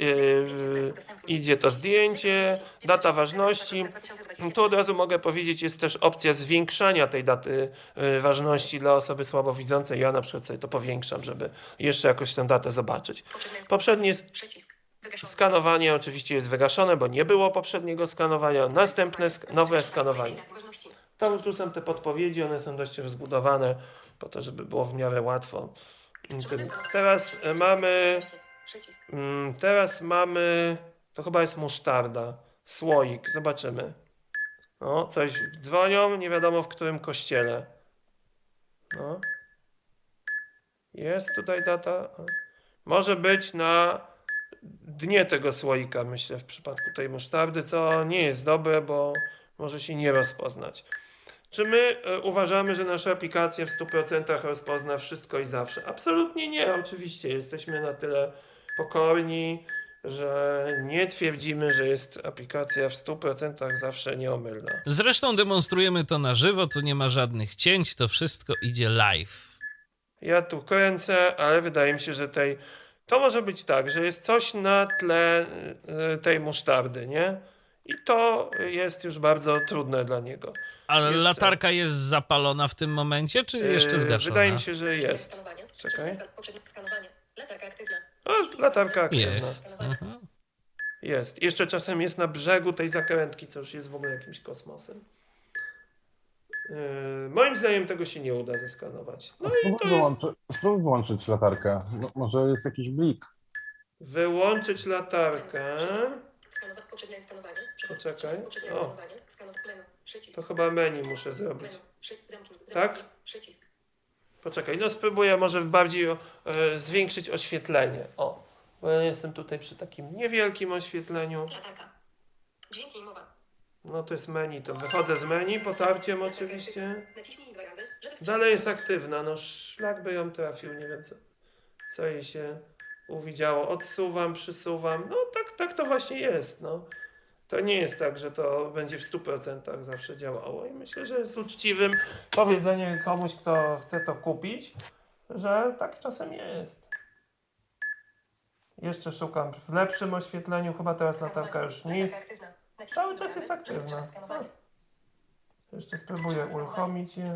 e, idzie to zdjęcie, data ważności. Tu od razu mogę powiedzieć, jest też opcja zwiększania tej daty e, ważności dla osoby słabowidzącej. Ja na przykład sobie to powiększam, żeby jeszcze jakoś tę datę zobaczyć. Poprzednie skanowanie oczywiście jest wygaszone, bo nie było poprzedniego skanowania. Następne sk- nowe skanowanie. Tam tu są te podpowiedzi, one są dość rozbudowane po to, żeby było w miarę łatwo. Teraz mamy, teraz mamy, to chyba jest musztarda, słoik, zobaczymy. No, coś dzwonią, nie wiadomo w którym kościele. No. Jest tutaj data. Może być na dnie tego słoika, myślę, w przypadku tej musztardy, co nie jest dobre, bo może się nie rozpoznać. Czy my y, uważamy, że nasza aplikacja w stu procentach rozpozna wszystko i zawsze? Absolutnie nie, oczywiście. Jesteśmy na tyle pokorni, że nie twierdzimy, że jest aplikacja w stu procentach zawsze nieomylna. Zresztą demonstrujemy to na żywo, tu nie ma żadnych cięć, to wszystko idzie live. Ja tu kręcę, ale wydaje mi się, że tej... to może być tak, że jest coś na tle y, tej musztardy, nie? I to jest już bardzo trudne dla niego. Ale jeszcze. latarka jest zapalona w tym momencie, czy jeszcze zgaszona? Wydaje mi się, że jest. Czekaj. Latarka aktywna. O, latarka aktywna. Jest. Mhm. Jest. Jeszcze czasem jest na brzegu tej zakrętki, co już jest w ogóle jakimś kosmosem. Yy, moim zdaniem tego się nie uda zeskanować. No spróbuj, i to jest... wyłączy, spróbuj wyłączyć latarkę. No, może jest jakiś blik. Wyłączyć latarkę. Skanować poprzednie skanowanie. Poczekaj. Poprzednie O. skanowanie. Skanować menu. Przycisk. To chyba menu muszę zrobić. Menu. Przycisk. Zamknij. Tak? Przycisk. Poczekaj, no spróbuję może bardziej e, zwiększyć oświetlenie. O, bo ja jestem tutaj przy takim niewielkim oświetleniu. Latarka. Dźwięk i mowa. No to jest menu, to wychodzę z menu, potarciem oczywiście. Naciśnij dwa razy, żeby wstrzymać. Dalej jest aktywna, no szlak by ją trafił, nie wiem co, co jej się uwidziało. Odsuwam, przysuwam, no tak, tak to właśnie jest, no. To nie jest tak, że to będzie w stu procentach zawsze działało i myślę, że jest uczciwym powiedzeniem komuś, kto chce to kupić, że tak czasem jest. Jeszcze szukam w lepszym oświetleniu, chyba teraz latarka już nie jest. Cały czas jest aktywna. A. Jeszcze spróbuję uruchomić je.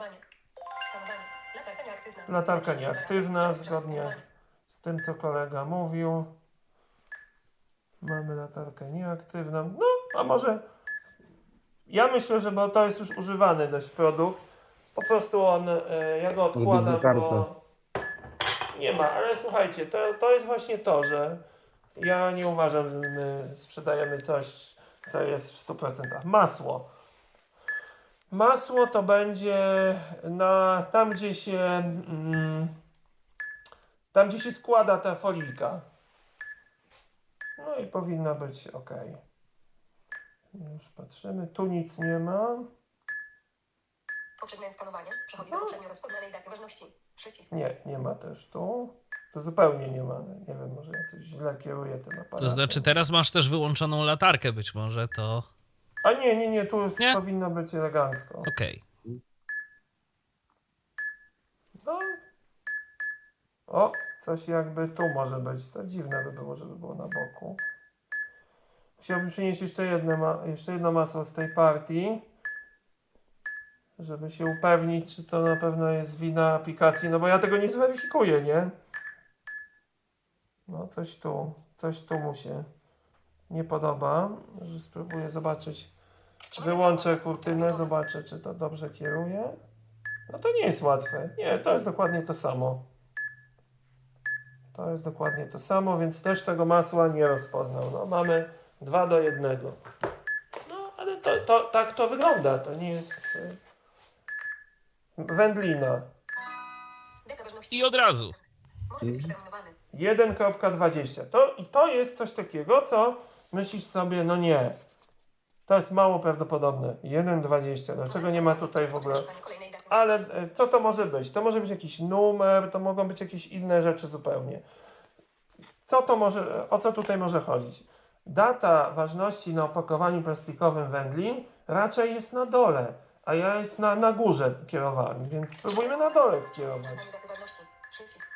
Latarka nieaktywna, zgodnie z tym, co kolega mówił. Mamy latarkę nieaktywną. No, a może Ja myślę, że bo to jest już używany dość produkt. Po prostu on, e, ja go odkładam, bo nie ma, ale słuchajcie, to, to jest właśnie to, że ja nie uważam, że my sprzedajemy coś, co jest w stu procentach. Masło. Masło to będzie na tam, gdzie się mm, tam, gdzie się składa ta folijka. No i powinno być ok. Już patrzymy, tu nic nie ma. Poprzednie skanowanie przechodzi do poprzednio rozpoznanej daty ważności. Przycisk. Nie, nie ma też tu. To zupełnie nie ma. Nie wiem, może ja coś źle kieruję tym aparatem. To znaczy teraz masz też wyłączoną latarkę być może, to... A nie, nie, nie, tu jest, Nie? powinno być elegancko. Okej. No. O, coś jakby tu może być. To dziwne by było, żeby było na boku. Musiałbym przynieść jeszcze, jedne ma jeszcze jedno masło z tej partii, żeby się upewnić, czy to na pewno jest wina aplikacji, no bo ja tego nie zweryfikuję, nie? No coś tu, coś tu mu się nie podoba, że spróbuję zobaczyć. Wyłączę kurtynę, zobaczę, czy to dobrze kieruje. No to nie jest łatwe. Nie, to jest dokładnie to samo. To jest dokładnie to samo, więc też tego masła nie rozpoznał. No mamy dwa do jednego. No, ale to, to, tak to wygląda. To nie jest y, wędlina. Data ważności. I od razu. Może być przeterminowany. jeden kropka dwadzieścia. To, I to jest coś takiego, co myślisz sobie, no nie. To jest mało prawdopodobne. jeden dwadzieścia. Dlaczego nie ma tutaj w ogóle... Szukanie kolejnej daty Ale ważności. e, co to może być? To może być jakiś numer, to mogą być jakieś inne rzeczy zupełnie. Co to może, o co tutaj może chodzić? Data ważności na opakowaniu plastikowym wędlin raczej jest na dole, a ja jest na, na górze kierowany, więc spróbujmy na dole skierować. Szukanie daty ważności. Przycisk.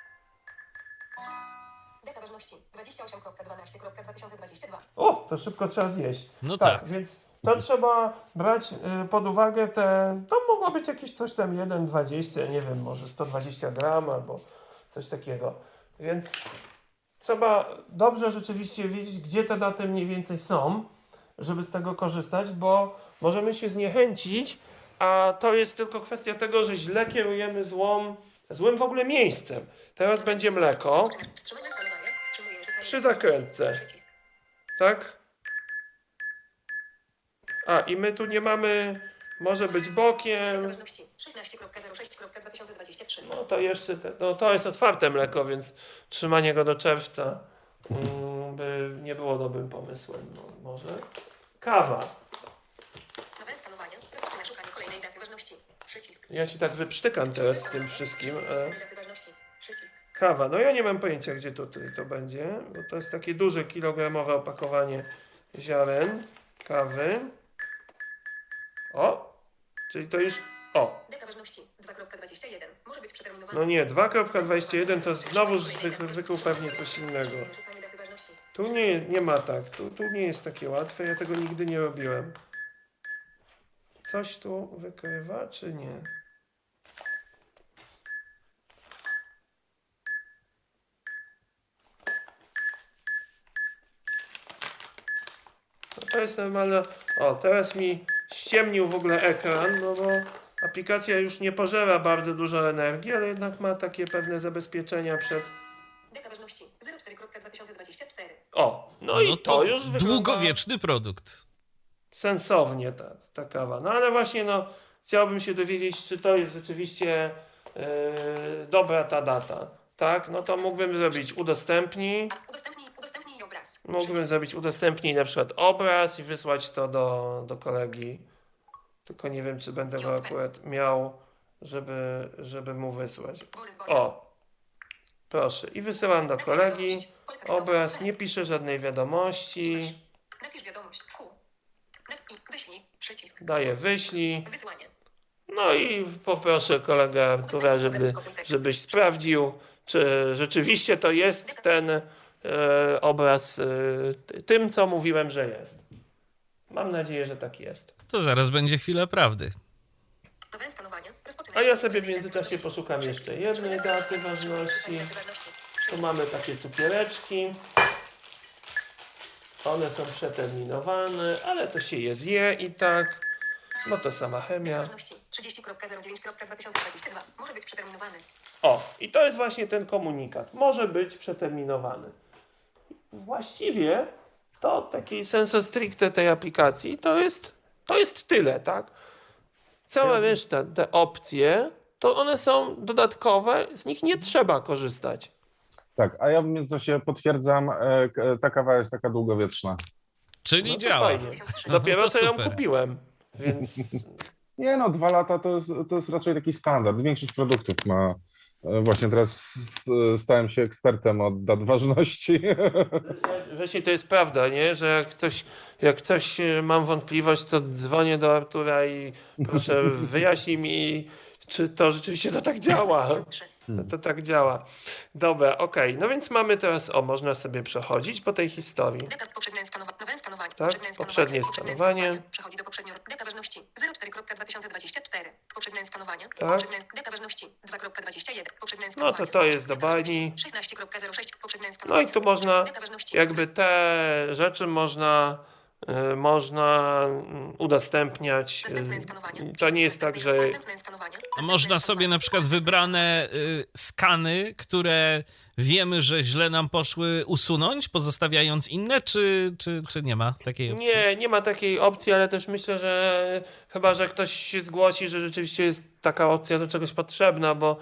Data ważności dwadzieścia osiem dwanaście dwa tysiące dwadzieścia dwa. O, to szybko trzeba zjeść. No tak, tak. więc to trzeba brać y, pod uwagę te, to mogło być jakieś coś tam jeden dwadzieścia, nie wiem, może sto dwadzieścia gram albo coś takiego. Więc trzeba dobrze rzeczywiście wiedzieć, gdzie te daty mniej więcej są, żeby z tego korzystać, bo możemy się zniechęcić, a to jest tylko kwestia tego, że źle kierujemy złą, złym w ogóle miejscem. Teraz będzie mleko Wstrzymanie skanowania. Wstrzymuje używanie przy daty zakrętce. ważności. Przycisk. Tak? A, i my tu nie mamy, może być Data bokiem. ważności szesnaście zero sześć dwa tysiące dwadzieścia trzy. No to jeszcze, te, no to jest otwarte mleko, więc trzymanie go do czerwca mm, by nie było dobrym pomysłem. No, może. Kawa. Nowe skanowanie. Rozpoczyna szukanie kolejnej daty ważności. Przycisk. Ja ci tak wyprztykam teraz z tym wszystkim. E, Szukanie daty ważności. Przycisk. kawa. No ja nie mam pojęcia, gdzie to, to będzie, bo to jest takie duże kilogramowe opakowanie ziaren kawy. O! Czyli to już... O! Data ważności dwa dwadzieścia jeden. Może być przeterminowany. No nie, dwa dwadzieścia jeden to znowu wy, wykrył pewnie coś innego. Wstrzymuje szukanie daty ważności. Tu nie, nie ma tak, tu, tu nie jest takie łatwe, ja tego nigdy nie robiłem. Coś tu wykrywa, czy nie? No to jest normalne. O, teraz mi ściemnił w ogóle ekran, no bo aplikacja już nie pożera bardzo dużo energii, ale jednak ma takie pewne zabezpieczenia przed... Data ważności zero cztery dwa tysiące dwadzieścia cztery. O, no, i to, już wygląda długowieczny produkt. sensownie ta, ta kawa. No ale właśnie, no, chciałbym się dowiedzieć, czy to jest rzeczywiście yy, dobra ta data. Tak, no to mógłbym zrobić udostępnij. A udostępnij, udostępnij obraz. Mógłbym zrobić udostępnij na przykład obraz i wysłać to do, do kolegi. Tylko nie wiem, czy będę go akurat miał, żeby, żeby mu wysłać. Borys Borys. O, proszę. I wysyłam do kolegi. Obraz, nie piszę żadnej wiadomości. Napisz wiadomość. Q. Napisz, wyślij. Przycisk. Daję wyślij. Wysyłanie. No i poproszę kolegę Artura, żeby, żebyś sprawdził, czy rzeczywiście to jest ten e, obraz e, tym, co mówiłem, że jest. Mam nadzieję, że tak jest. To zaraz będzie chwila prawdy. Nowe skanowanie. Rozpoczyna A ja szukanie sobie w kolejnej międzyczasie daty poszukam ważności. jeszcze jednej daty ważności. Szukanie daty ważności. Tu mamy takie cukiereczki. One są przeterminowane, ale to się je zje i tak. No to sama chemia. Ważności trzydzieści zero dziewięć dwa tysiące dwudziesty drugi może być przeterminowany. O, i to jest właśnie ten komunikat. Może być przeterminowany. Właściwie to taki sensu stricte tej aplikacji to jest, to jest tyle, tak? Cała reszta, te opcje, to one są dodatkowe, z nich nie trzeba korzystać. Tak, a ja w międzyczasie potwierdzam, e, k- ta kawa jest taka długowieczna. Czyli No to działa. fajnie. Aha, Dopiero to co ją super. kupiłem, więc Nie no, dwa lata to jest, to jest raczej taki standard. Większość produktów ma. e, Właśnie teraz s- stałem się ekspertem od dat ważności. właśnie to jest prawda, nie? Że jak coś, jak coś e, mam wątpliwość, to dzwonię do Artura i proszę wyjaśnij mi, czy to rzeczywiście to tak działa. No to tak działa. Dobra, okej. No więc mamy teraz, o, można sobie przechodzić po tej historii. Data poprzednie skanowanie. Nowe skanowanie. Tak, poprzednie skanowanie. Przechodzi do poprzedniego. Data ważności zero cztery dwa tysiące dwadzieścia cztery. Poprzednie skanowanie. Tak. Poprzednie data ważności dwa dwadzieścia jeden. Poprzednie No skanowanie. to to jest do Data ważności bani. szesnaście zero sześć. Poprzednie No skanowanie. i tu można, Data ważności jakby te rzeczy można, y, można mm, udostępniać. Następne y, skanowanie. To nie jest tak, że Następne skanowanie. A można sobie na przykład wybrane y, skany, które wiemy, że źle nam poszły, usunąć, pozostawiając inne, czy, czy, czy nie ma takiej opcji? nie, nie ma takiej opcji, ale też myślę, że chyba, że ktoś się zgłosi, że rzeczywiście jest taka opcja do czegoś potrzebna, bo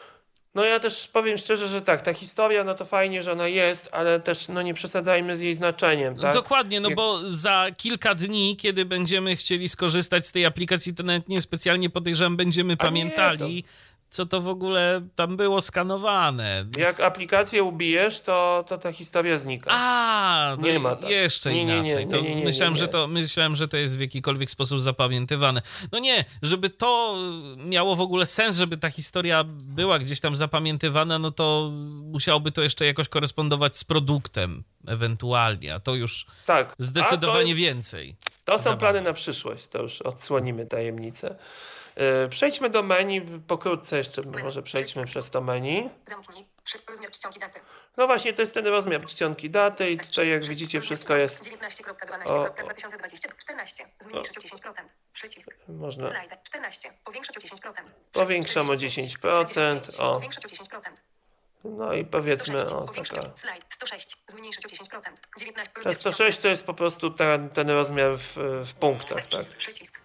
no ja też powiem szczerze, że tak, ta historia, no to fajnie, że ona jest, ale też no nie przesadzajmy z jej znaczeniem, No tak? dokładnie, no Jak- bo za kilka dni, kiedy będziemy chcieli skorzystać z tej aplikacji, to nawet nie specjalnie podejrzewam, będziemy A nie, pamiętali, co to w ogóle tam było skanowane. Jak aplikację ubijesz, to, to ta historia znika. A, to Nie ma tak. jeszcze Nie, nie, nie, inaczej. To nie, nie, nie, myślałem, nie. Że to, myślałem, że to jest w jakikolwiek sposób zapamiętywane. No nie, żeby to miało w ogóle sens, żeby ta historia była gdzieś tam zapamiętywana, no to musiałoby to jeszcze jakoś korespondować z produktem ewentualnie, a to już Tak. zdecydowanie A to jest- więcej. To są Zabawa. plany na przyszłość, to już odsłonimy tajemnicę. Yy, Przejdźmy do menu, pokrótce jeszcze może przejdźmy przez to meni. Zamknij. Przy- Rozmiar czcionki daty. No właśnie, to jest ten rozmiar czcionki daty i tutaj jak widzicie wszystko jest, dziewiętnaście O, dwanaście o. dwa tysiące dwadzieścia czternaście. Zmniejszyć o dziesięć procent. Przycisk. można, Slider. czternaście. Powiększyć o dziesięć procent. Powiększam o dziesięć procent, o. Powiększyć o dziesięć procent. no i powiedzmy, sto sześć. o Powiększyć taka. o slajd. sto sześć. Zmniejszyć o dziesięć procent. dziewiętnaście. To Rozmiar sto sześć to jest po prostu ten, ten rozmiar w, w punktach, tak. Przycisk.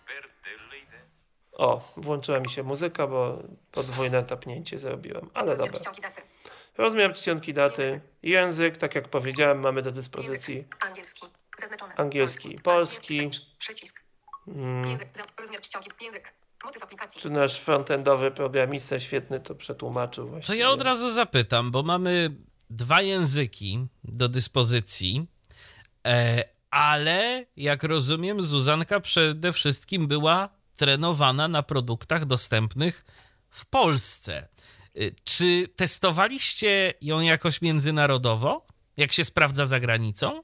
O, włączyła mi się muzyka, bo podwójne tapnięcie zrobiłem, ale Rozmiar dobra. czcionki daty. Rozmiar czcionki daty, język, tak jak powiedziałem, mamy do dyspozycji Język. Angielski. Zaznaczone. angielski i polski. Przycisk. Mm, Język. Za- Rozmiar czcionki. Język. Motyw aplikacji. Tu nasz frontendowy programista świetny to przetłumaczył Co właściwie. ja od razu zapytam, bo mamy dwa języki do dyspozycji, e, ale jak rozumiem, Zuzanka przede wszystkim była trenowana na produktach dostępnych w Polsce. E, Czy testowaliście ją jakoś międzynarodowo? Jak się sprawdza za granicą?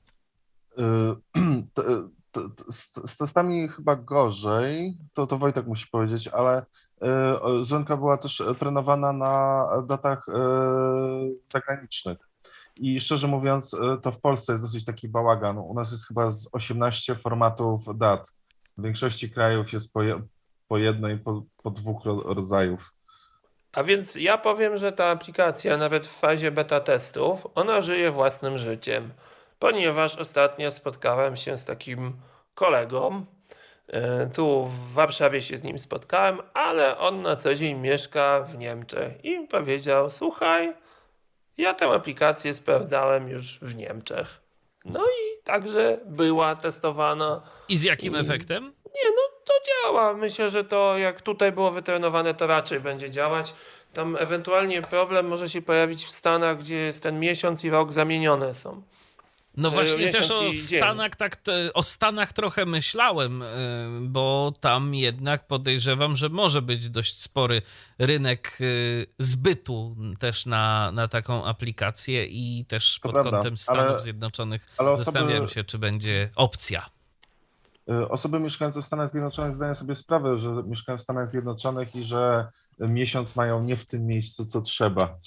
Y, t- t- t- Z, z testami chyba gorzej, to, to Wojtek musi powiedzieć, ale y, Zuzanka była też trenowana na datach y, zagranicznych. I szczerze mówiąc, y, to w Polsce jest dosyć taki bałagan. U nas jest chyba z osiemnaście formatów dat. W większości krajów jest po, je, po jednej, po, po dwóch ro, rodzajów. A więc ja powiem, że ta aplikacja nawet w fazie beta testów, ona żyje własnym życiem, ponieważ ostatnio spotkałem się z takim kolegą, e, tu w Warszawie się z nim spotkałem, ale on na co dzień mieszka w Niemczech i powiedział, słuchaj, ja tę aplikację sprawdzałem już w Niemczech. No i także była testowana. I z jakim I- efektem? Nie, no to działa. Myślę, że to jak tutaj było wytrenowane, to raczej będzie działać. Tam ewentualnie problem może się pojawić w Stanach, gdzie jest ten miesiąc i rok zamienione są. No właśnie miesiąc też o i dzień. Stanach, tak, te- o Stanach trochę myślałem, y, bo tam jednak podejrzewam, że może być dość spory rynek y, zbytu też na, na taką aplikację i też To pod prawda, kątem Stanów ale- Zjednoczonych ale osoby- zastanawiam się, czy będzie opcja. Y, Osoby mieszkające w Stanach Zjednoczonych zdają sobie sprawę, że mieszkają w Stanach Zjednoczonych i że miesiąc mają nie w tym miejscu, co trzeba.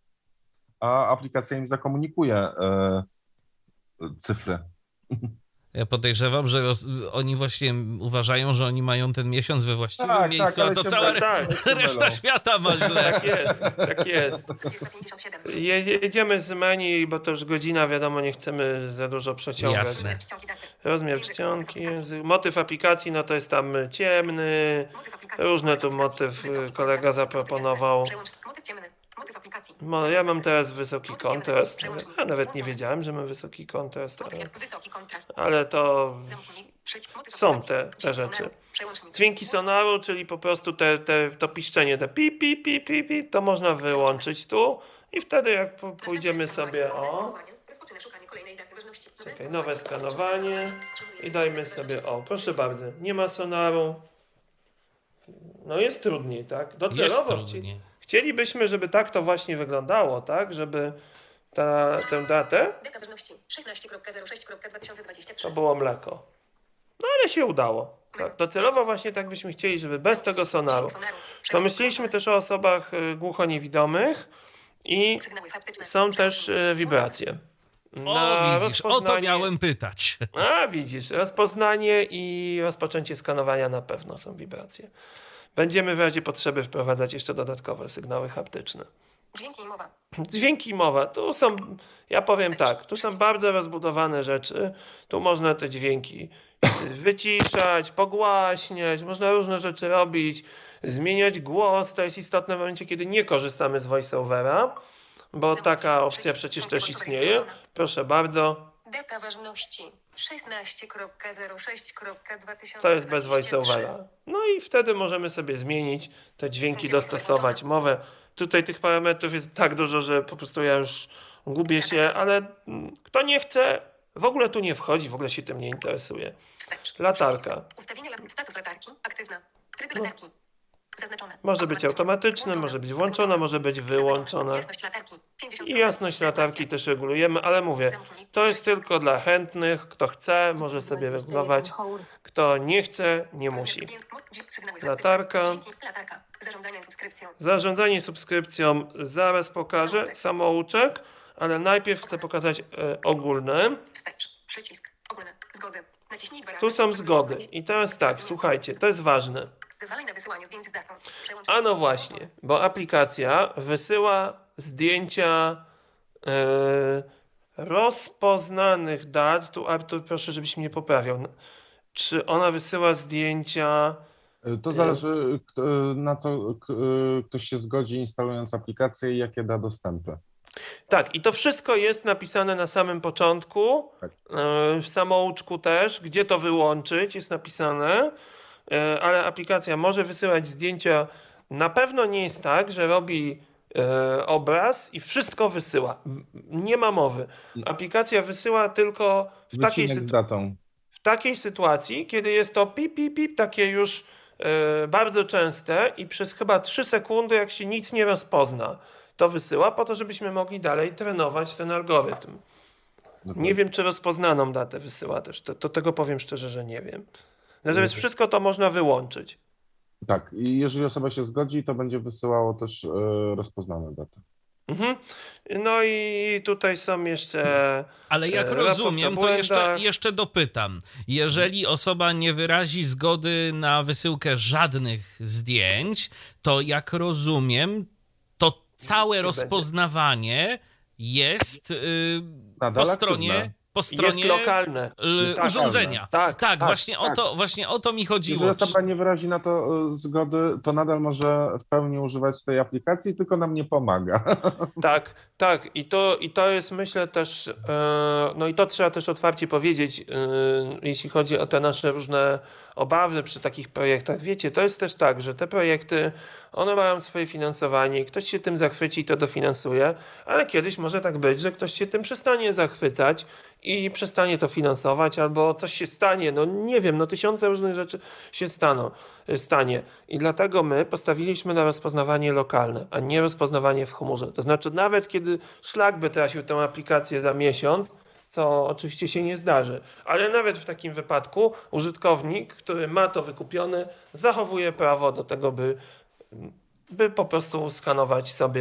A aplikacja im zakomunikuje e, cyfry. Ja podejrzewam, że roz, oni właśnie uważają, że oni mają ten miesiąc we właściwym Tak, miejscu, tak, a ale to się cała tak, tak, re- reszta świata ma źle. Tak jest, tak jest. dwadzieścia pięćdziesiąt siedem. Je, jedziemy z menu, bo to już godzina, wiadomo, nie chcemy za dużo przeciągać. Jasne. Rozmiar czcionki daty. Rozmiar czcionki, język. Motyw aplikacji, no to jest tam ciemny, Motyw aplikacji. różne tu Motyw motyw aplikacji. Wysoki kolega kontrast. zaproponował. Przełącz- Motyw ciemny. Motyw aplikacji. No, ja mam teraz wysoki kontrast. Ja nawet nie wiedziałem, że mam wysoki kontrast, ale, Motyw wysoki kontrast. ale to Zamknij. Przyć- motyw są aplikacji. te, te Dźwięk rzeczy. sonaru. Przełącznik. Dźwięki sonaru, czyli po prostu te, te, to piszczenie, te pi, pi, pi, pi, pi, to można wyłączyć tu i wtedy jak po- pójdziemy Następne sobie skanowanie. Nowe o, skanowanie. Rozpoczyna szukanie kolejnej daty ważności. Nowe czekaj, nowe skanowanie i dajmy sobie o, proszę bardzo, nie ma sonaru. No jest trudniej, tak? Jest Docelowo trudniej. chcielibyśmy, żeby tak to właśnie wyglądało, tak? Żeby ta, tę datę Data ważności szesnaście zero sześć dwa tysiące dwadzieścia trzy. to było mleko. No ale się udało. Tak? Docelowo właśnie tak byśmy chcieli, żeby bez tego sonaru. Pomyśleliśmy też o osobach y, głuchoniewidomych i Sygnały haptyczne. są też y, wibracje. O, widzisz, o to miałem pytać. A, widzisz, rozpoznanie i rozpoczęcie skanowania na pewno są wibracje. Będziemy w razie potrzeby wprowadzać jeszcze dodatkowe sygnały haptyczne. Dźwięki i mowa. Dźwięki i mowa, tu są, ja powiem tak, tu są bardzo rozbudowane rzeczy, tu można te dźwięki wyciszać, pogłaśniać, można różne rzeczy robić, zmieniać głos, to jest istotne w momencie, kiedy nie korzystamy z voiceovera, bo taka opcja przecież też istnieje. Proszę bardzo, Data ważności szesnaście zero sześć dwa tysiące to jest bez dwadzieścia trzy. voiceovera. No i wtedy możemy sobie zmienić te dźwięki, dostosować mowę. Tutaj tych parametrów jest tak dużo, że po prostu ja już gubię się, ale mm, kto nie chce, w ogóle tu nie wchodzi, w ogóle się tym nie interesuje. Wstecz. Latarka. Przycisk. Ustawienie lat... Status latarki. Aktywna. Tryb latarki. Zaznaczone. Może być automatyczne, może być włączona, może być wyłączona. Jasność latarki. pięćdziesiąt I procent. jasność latarki też regulujemy, ale mówię, to jest tylko dla chętnych. Kto chce, może sobie regulować. Kto nie chce, nie musi. Sygnały Latarka. haptyczne. Dźwięki. Latarka. Zarządzanie subskrypcją. Zarządzanie subskrypcją zaraz pokażę, samouczek, ale najpierw chcę pokazać e, ogólne. Wstecz. Przycisk. Ogólne. Zgody. Naciśnij dwa razy. Tu są aby zgody. zgłosić. I teraz tak, słuchajcie, to jest ważne. Zezwalaj na wysyłanie zdjęć z datą. Przełącz. A no właśnie, bo aplikacja wysyła zdjęcia e, rozpoznanych dat. Tu Artur, proszę, żebyś mnie poprawiał. Czy ona wysyła zdjęcia... To zależy, k- na co k- ktoś się zgodzi, instalując aplikację i jakie da dostępy. Tak, i to wszystko jest napisane na samym początku, Tak. e, w samouczku też, gdzie to wyłączyć jest napisane, e, ale aplikacja może wysyłać zdjęcia. Na pewno nie jest tak, że robi e, obraz i wszystko wysyła. M- Nie ma mowy. Aplikacja wysyła tylko w takiej, Wycinek z sytu- datą. w takiej sytuacji, kiedy jest to pip, pip, pip, takie już e, bardzo częste i przez chyba trzy sekundy, jak się nic nie rozpozna, to wysyła po to, żebyśmy mogli dalej trenować ten algorytm. Nie wiem, czy rozpoznaną datę wysyła też. To, to tego powiem szczerze, że nie wiem. Natomiast Mhm. wszystko to można wyłączyć. Tak, i jeżeli osoba się zgodzi, to będzie wysyłało też e, rozpoznane daty. Mhm. No i tutaj są jeszcze... Ale jak E, raport o rozumiem, to jeszcze, błędach. jeszcze dopytam. Jeżeli osoba nie wyrazi zgody na wysyłkę żadnych zdjęć, to jak rozumiem, to całe nie rozpoznawanie jest yy, po Nadal stronie, aktywne. po Jest stronie lokalne. y, Tak, urządzenia. tak, tak, tak, właśnie, O tak. to, właśnie o to mi chodziło. Jeżeli osoba nie wyrazi na to e, zgody, to nadal może w pełni używać tej aplikacji, tylko nam nie pomaga. Tak, tak. I to, i to jest, myślę, też, e, no i to trzeba też otwarcie powiedzieć, e, jeśli chodzi o te nasze różne obawy przy takich projektach. Wiecie, to jest też tak, że te projekty, one mają swoje finansowanie i ktoś się tym zachwyci i to dofinansuje, ale kiedyś może tak być, że ktoś się tym przestanie zachwycać i przestanie to finansować, albo coś się stanie, no nie wiem, no tysiące różnych rzeczy się staną, stanie. I dlatego my postawiliśmy na rozpoznawanie lokalne, a nie rozpoznawanie w chmurze. To znaczy nawet kiedy szlak by trafił tę aplikację za miesiąc, co oczywiście się nie zdarzy, ale nawet w takim wypadku użytkownik, który ma to wykupione, zachowuje prawo do tego, by, by po prostu skanować sobie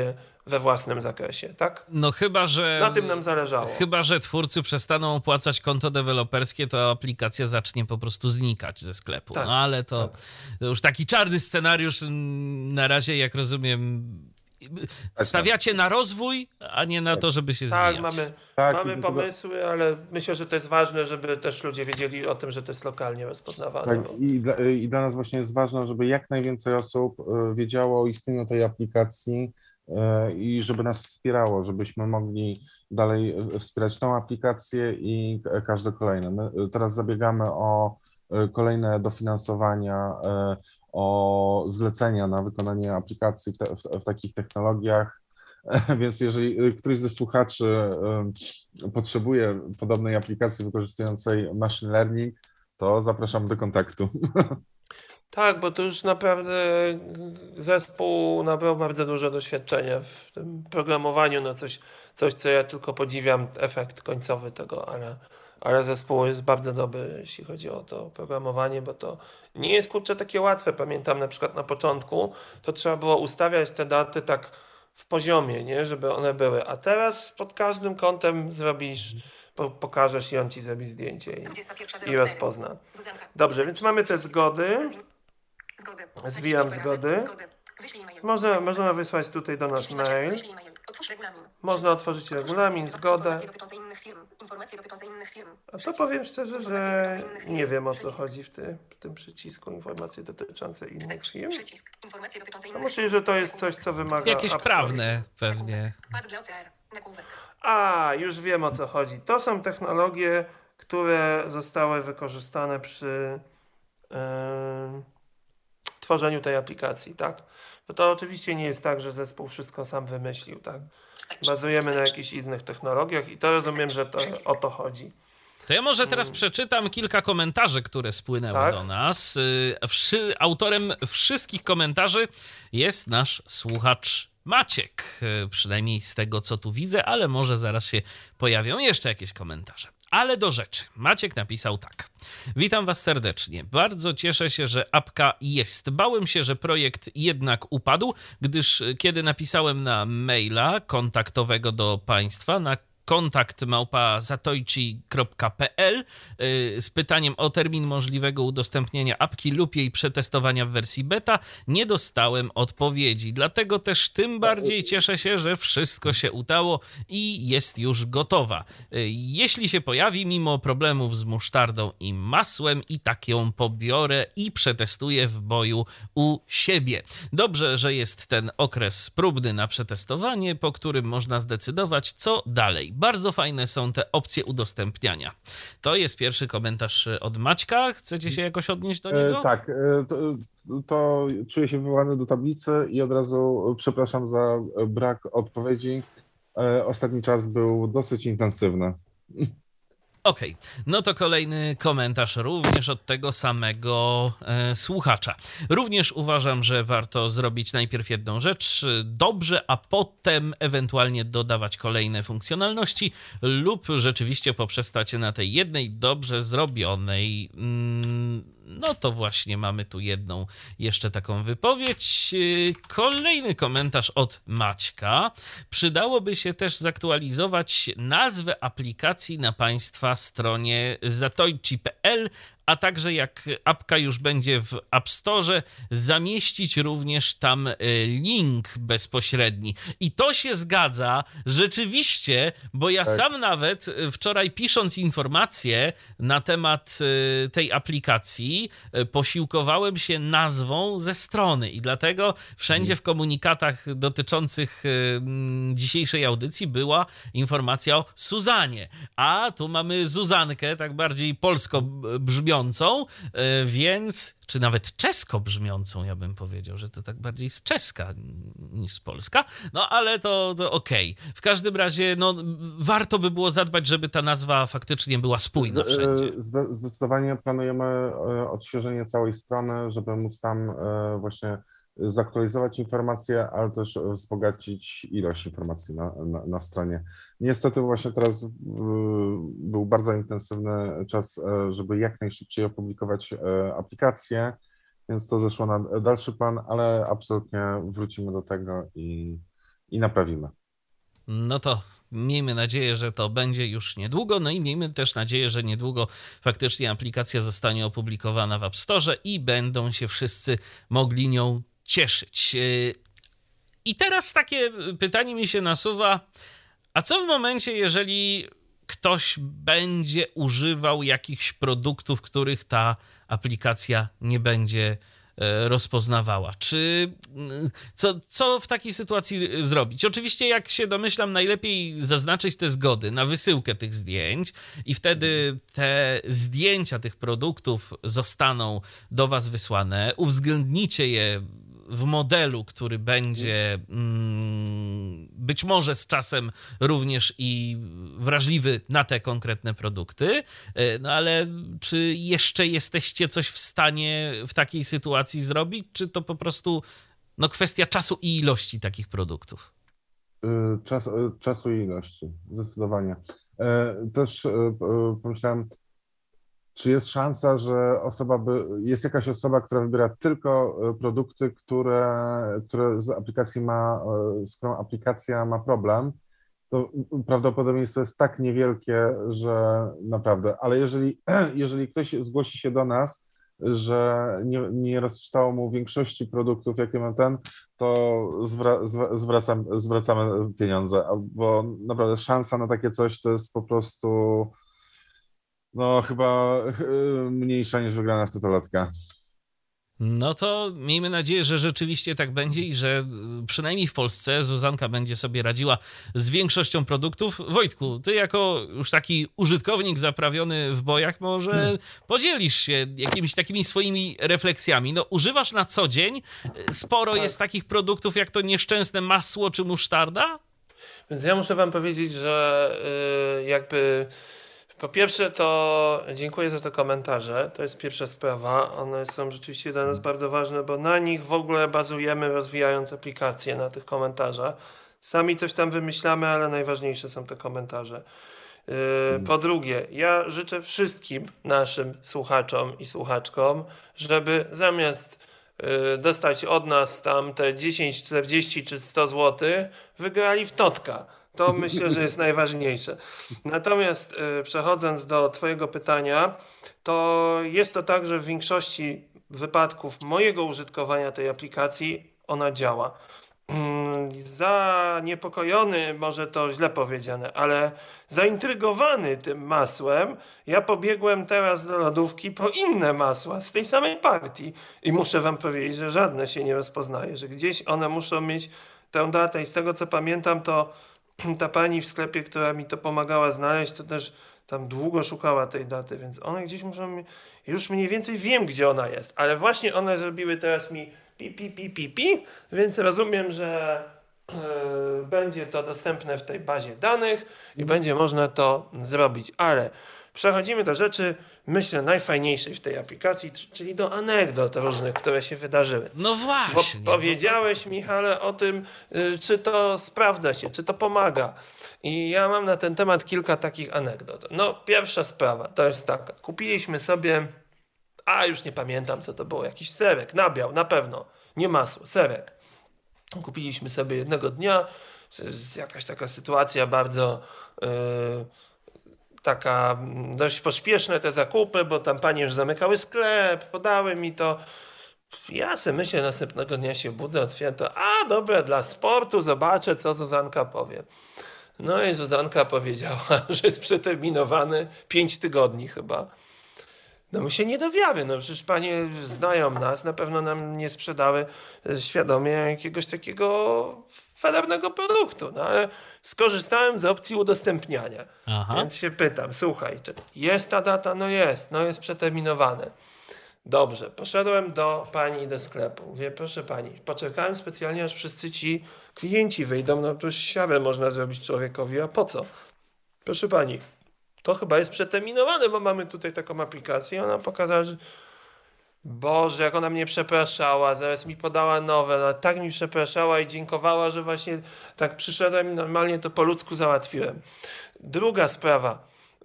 we własnym zakresie, tak? No chyba, że... Na tym nam zależało. Chyba, że twórcy przestaną opłacać konto deweloperskie, to aplikacja zacznie po prostu znikać ze sklepu. Tak, no ale to, tak. to już taki czarny scenariusz na razie, jak rozumiem, stawiacie na rozwój, a nie na to, żeby się Tak, zwijać. mamy, Tak, mamy i- pomysły, ale myślę, że to jest ważne, żeby też ludzie wiedzieli o tym, że to jest lokalnie rozpoznawane. Tak, i, dla, I dla nas właśnie jest ważne, żeby jak najwięcej osób e, wiedziało o istnieniu tej aplikacji e, i żeby nas wspierało, żebyśmy mogli dalej e, wspierać tą aplikację i k- każde kolejne. My e, teraz zabiegamy o e, kolejne dofinansowania, e, o zlecenia na wykonanie aplikacji w, te, w, w takich technologiach. Więc jeżeli któryś ze słuchaczy e, potrzebuje podobnej aplikacji wykorzystującej machine learning, to zapraszam do kontaktu. Tak, bo to już naprawdę zespół nabrał bardzo dużo doświadczenia w tym programowaniu, no coś, coś co ja tylko podziwiam, efekt końcowy tego, ale, ale zespół jest bardzo dobry, jeśli chodzi o to programowanie, bo to nie jest, kurczę, takie łatwe. Pamiętam na przykład na początku, to trzeba było ustawiać te daty tak w poziomie, nie, żeby one były, a teraz pod każdym kątem zrobisz, po, pokażesz i on ci zrobi zdjęcie i, dwudziesta pierwsza zero i cztery. rozpozna. Zuzanka. Dobrze, więc mamy te zgody. Zgody. Zwijam Naciśnij dwa zgody. razy. Zgody. Wyślij mail. Można, można wysłać tutaj do nas Jeśli macie, mail. wyślij mail. Otwórz regulamin. Można otworzyć Otwórz regulamin, zgodę. Informacje dotyczące innych firm. Informacje dotyczące innych firm. A to Przycisk. powiem szczerze, Informacje że dotyczące innych firm. nie wiem, o co Przycisk. chodzi w, ty, w tym przycisku informacje dotyczące innych Wstecz. firm. Przycisk. Informacje dotyczące To innych myślę, że to jest coś, co wymaga Jakieś absolutnie- prawne pewnie. Pad dla O C R. Nagłówek. A, już wiem, o co chodzi. To są technologie, które zostały wykorzystane przy em, tworzeniu tej aplikacji, tak? No to oczywiście nie jest tak, że zespół wszystko sam wymyślił, tak? Wstecz. Bazujemy na Wstecz. jakichś innych technologiach i to rozumiem, że to o to chodzi. To ja może teraz przeczytam kilka komentarzy, które spłynęły Tak. do nas. Y, Wszy, autorem wszystkich komentarzy jest nasz słuchacz Maciek, y, przynajmniej z tego, co tu widzę, ale może zaraz się pojawią jeszcze jakieś komentarze. Ale do rzeczy. Maciek napisał tak. Witam was serdecznie. Bardzo cieszę się, że apka jest. Bałem się, że projekt jednak upadł, gdyż kiedy napisałem na maila kontaktowego do państwa na kontakt małpa zatoichi kropka pe el yy, z pytaniem o termin możliwego udostępnienia apki lub jej przetestowania w wersji beta, nie dostałem odpowiedzi. Dlatego też tym bardziej cieszę się, że wszystko się udało i jest już gotowa. Yy, jeśli się pojawi, mimo problemów z musztardą i masłem, i tak ją pobiorę i przetestuję w boju u siebie. Dobrze, że jest ten okres próbny na przetestowanie, po którym można zdecydować, co dalej. Bardzo fajne są te opcje udostępniania. To jest pierwszy komentarz od Maćka. Chcecie się jakoś odnieść do niego? E, tak, e, to, to czuję się wywołany do tablicy i od razu przepraszam za brak odpowiedzi. E, Ostatni czas był dosyć intensywny. Okej, no to kolejny komentarz również od tego samego e, słuchacza. Również uważam, że warto zrobić najpierw jedną rzecz dobrze, a potem ewentualnie dodawać kolejne funkcjonalności lub rzeczywiście poprzestać na tej jednej dobrze zrobionej. Mm, no to właśnie mamy tu jedną jeszcze taką wypowiedź. Kolejny komentarz od Maćka. Przydałoby się też zaktualizować nazwę aplikacji na państwa stronie zatoichi kropka pe el, a także jak apka już będzie w App Store, zamieścić również tam link bezpośredni. I to się zgadza rzeczywiście, bo ja Tak. sam nawet wczoraj pisząc informacje na temat tej aplikacji, posiłkowałem się nazwą ze strony i dlatego wszędzie w komunikatach dotyczących dzisiejszej audycji była informacja o Suzanie, a tu mamy Zuzankę, tak bardziej polsko brzmiącą, więc, czy nawet czesko brzmiącą, ja bym powiedział, że to tak bardziej z czeska niż z polska, no ale to, to okej. W każdym razie, no, warto by było zadbać, żeby ta nazwa faktycznie była spójna wszędzie. Zde- Zdecydowanie planujemy e, odświeżenie całej strony, żeby móc tam e, właśnie zaktualizować informacje, ale też wzbogacić ilość informacji na, na, na stronie. Niestety właśnie teraz y, był bardzo intensywny czas, e, żeby jak najszybciej opublikować e, aplikację, więc to zeszło na dalszy plan, ale absolutnie wrócimy do tego i i naprawimy. No to miejmy nadzieję, że to będzie już niedługo, no i miejmy też nadzieję, że niedługo faktycznie aplikacja zostanie opublikowana w App Store i będą się wszyscy mogli nią cieszyć. I teraz takie pytanie mi się nasuwa, a co w momencie, jeżeli ktoś będzie używał jakichś produktów, których ta aplikacja nie będzie rozpoznawała? Czy co, co w takiej sytuacji zrobić? Oczywiście, jak się domyślam, najlepiej zaznaczyć te zgody na wysyłkę tych zdjęć i wtedy te zdjęcia tych produktów zostaną do was wysłane. Uwzględnicie je w modelu, który będzie mm, być może z czasem również i wrażliwy na te konkretne produkty. No ale czy jeszcze jesteście coś w stanie w takiej sytuacji zrobić, czy to po prostu no, kwestia czasu i ilości takich produktów? Czas, czasu i ilości, zdecydowanie. Też pomyślałem, czy jest szansa, że osoba by, jest jakaś osoba, która wybiera tylko produkty, które, które z aplikacji ma, z którą aplikacja ma problem, to prawdopodobieństwo jest tak niewielkie, że naprawdę, ale jeżeli, jeżeli ktoś zgłosi się do nas, że nie, nie rozczytało mu większości produktów, jakie ma ten, to zwra, zwracam, zwracamy pieniądze, bo naprawdę szansa na takie coś to jest po prostu no chyba mniejsza niż wygrana w totolotka. No to miejmy nadzieję, że rzeczywiście tak będzie i że przynajmniej w Polsce Zuzanka będzie sobie radziła z większością produktów. Wojtku, ty jako już taki użytkownik zaprawiony w bojach, może hmm. podzielisz się jakimiś takimi swoimi refleksjami. No używasz na co dzień, sporo tak. jest takich produktów jak to nieszczęsne masło czy musztarda? Więc ja muszę wam powiedzieć, że yy, jakby po pierwsze to dziękuję za te komentarze, to jest pierwsza sprawa, one są rzeczywiście dla nas bardzo ważne, bo na nich w ogóle bazujemy, rozwijając aplikację, na tych komentarzach. Sami coś tam wymyślamy, ale najważniejsze są te komentarze. Po drugie, ja życzę wszystkim naszym słuchaczom i słuchaczkom, żeby zamiast dostać od nas tam te dziesięć, czterdzieści czy sto złotych, wygrali w totka. To myślę, że jest najważniejsze. Natomiast y, przechodząc do twojego pytania, to jest to tak, że w większości wypadków mojego użytkowania tej aplikacji ona działa. Mm, zaniepokojony, może to źle powiedziane, ale zaintrygowany tym masłem, ja pobiegłem teraz do lodówki po inne masła z tej samej partii i muszę wam powiedzieć, że żadne się nie rozpoznaje, że gdzieś one muszą mieć tę datę i z tego co pamiętam, to ta pani w sklepie, która mi to pomagała znaleźć, to też tam długo szukała tej daty, więc one gdzieś muszą... Już mniej więcej wiem, gdzie ona jest, ale właśnie one zrobiły teraz mi pi, pi, pi, pi, pi, więc rozumiem, że yy, będzie to dostępne w tej bazie danych i będzie można to zrobić, ale przechodzimy do rzeczy, myślę, najfajniejszej w tej aplikacji, czyli do anegdot różnych, które się wydarzyły. No właśnie. Bo powiedziałeś, Michale, o tym, czy to sprawdza się, czy to pomaga. I ja mam na ten temat kilka takich anegdot. No, pierwsza sprawa to jest taka. Kupiliśmy sobie, a już nie pamiętam, co to było, jakiś serek, nabiał, na pewno, nie masło, serek. Kupiliśmy sobie jednego dnia, jakaś taka sytuacja bardzo... Yy, taka dość pośpieszne te zakupy, bo tam panie już zamykały sklep, podały mi to. Ja sobie myślę, następnego dnia się budzę, otwieram to, a dobra, dla sportu zobaczę, co Zuzanka powie. No i Zuzanka powiedziała, że jest przeterminowany pięć tygodni chyba. No my się nie dowiemy, no przecież panie znają nas, na pewno nam nie sprzedały świadomie jakiegoś takiego felernego produktu, no ale skorzystałem z opcji udostępniania. Aha. Więc się pytam, słuchaj, jest ta data? No jest, no jest przeterminowane. Dobrze, poszedłem do pani do sklepu. Mówię, proszę pani, poczekałem specjalnie, aż wszyscy ci klienci wyjdą, no to już siawę można zrobić człowiekowi, a po co? Proszę pani, to chyba jest przeterminowane, bo mamy tutaj taką aplikację. Ona pokazała, że Boże, jak ona mnie przepraszała, zaraz mi podała nowe, no, tak mi przepraszała i dziękowała, że właśnie tak przyszedłem i normalnie to po ludzku załatwiłem. Druga sprawa.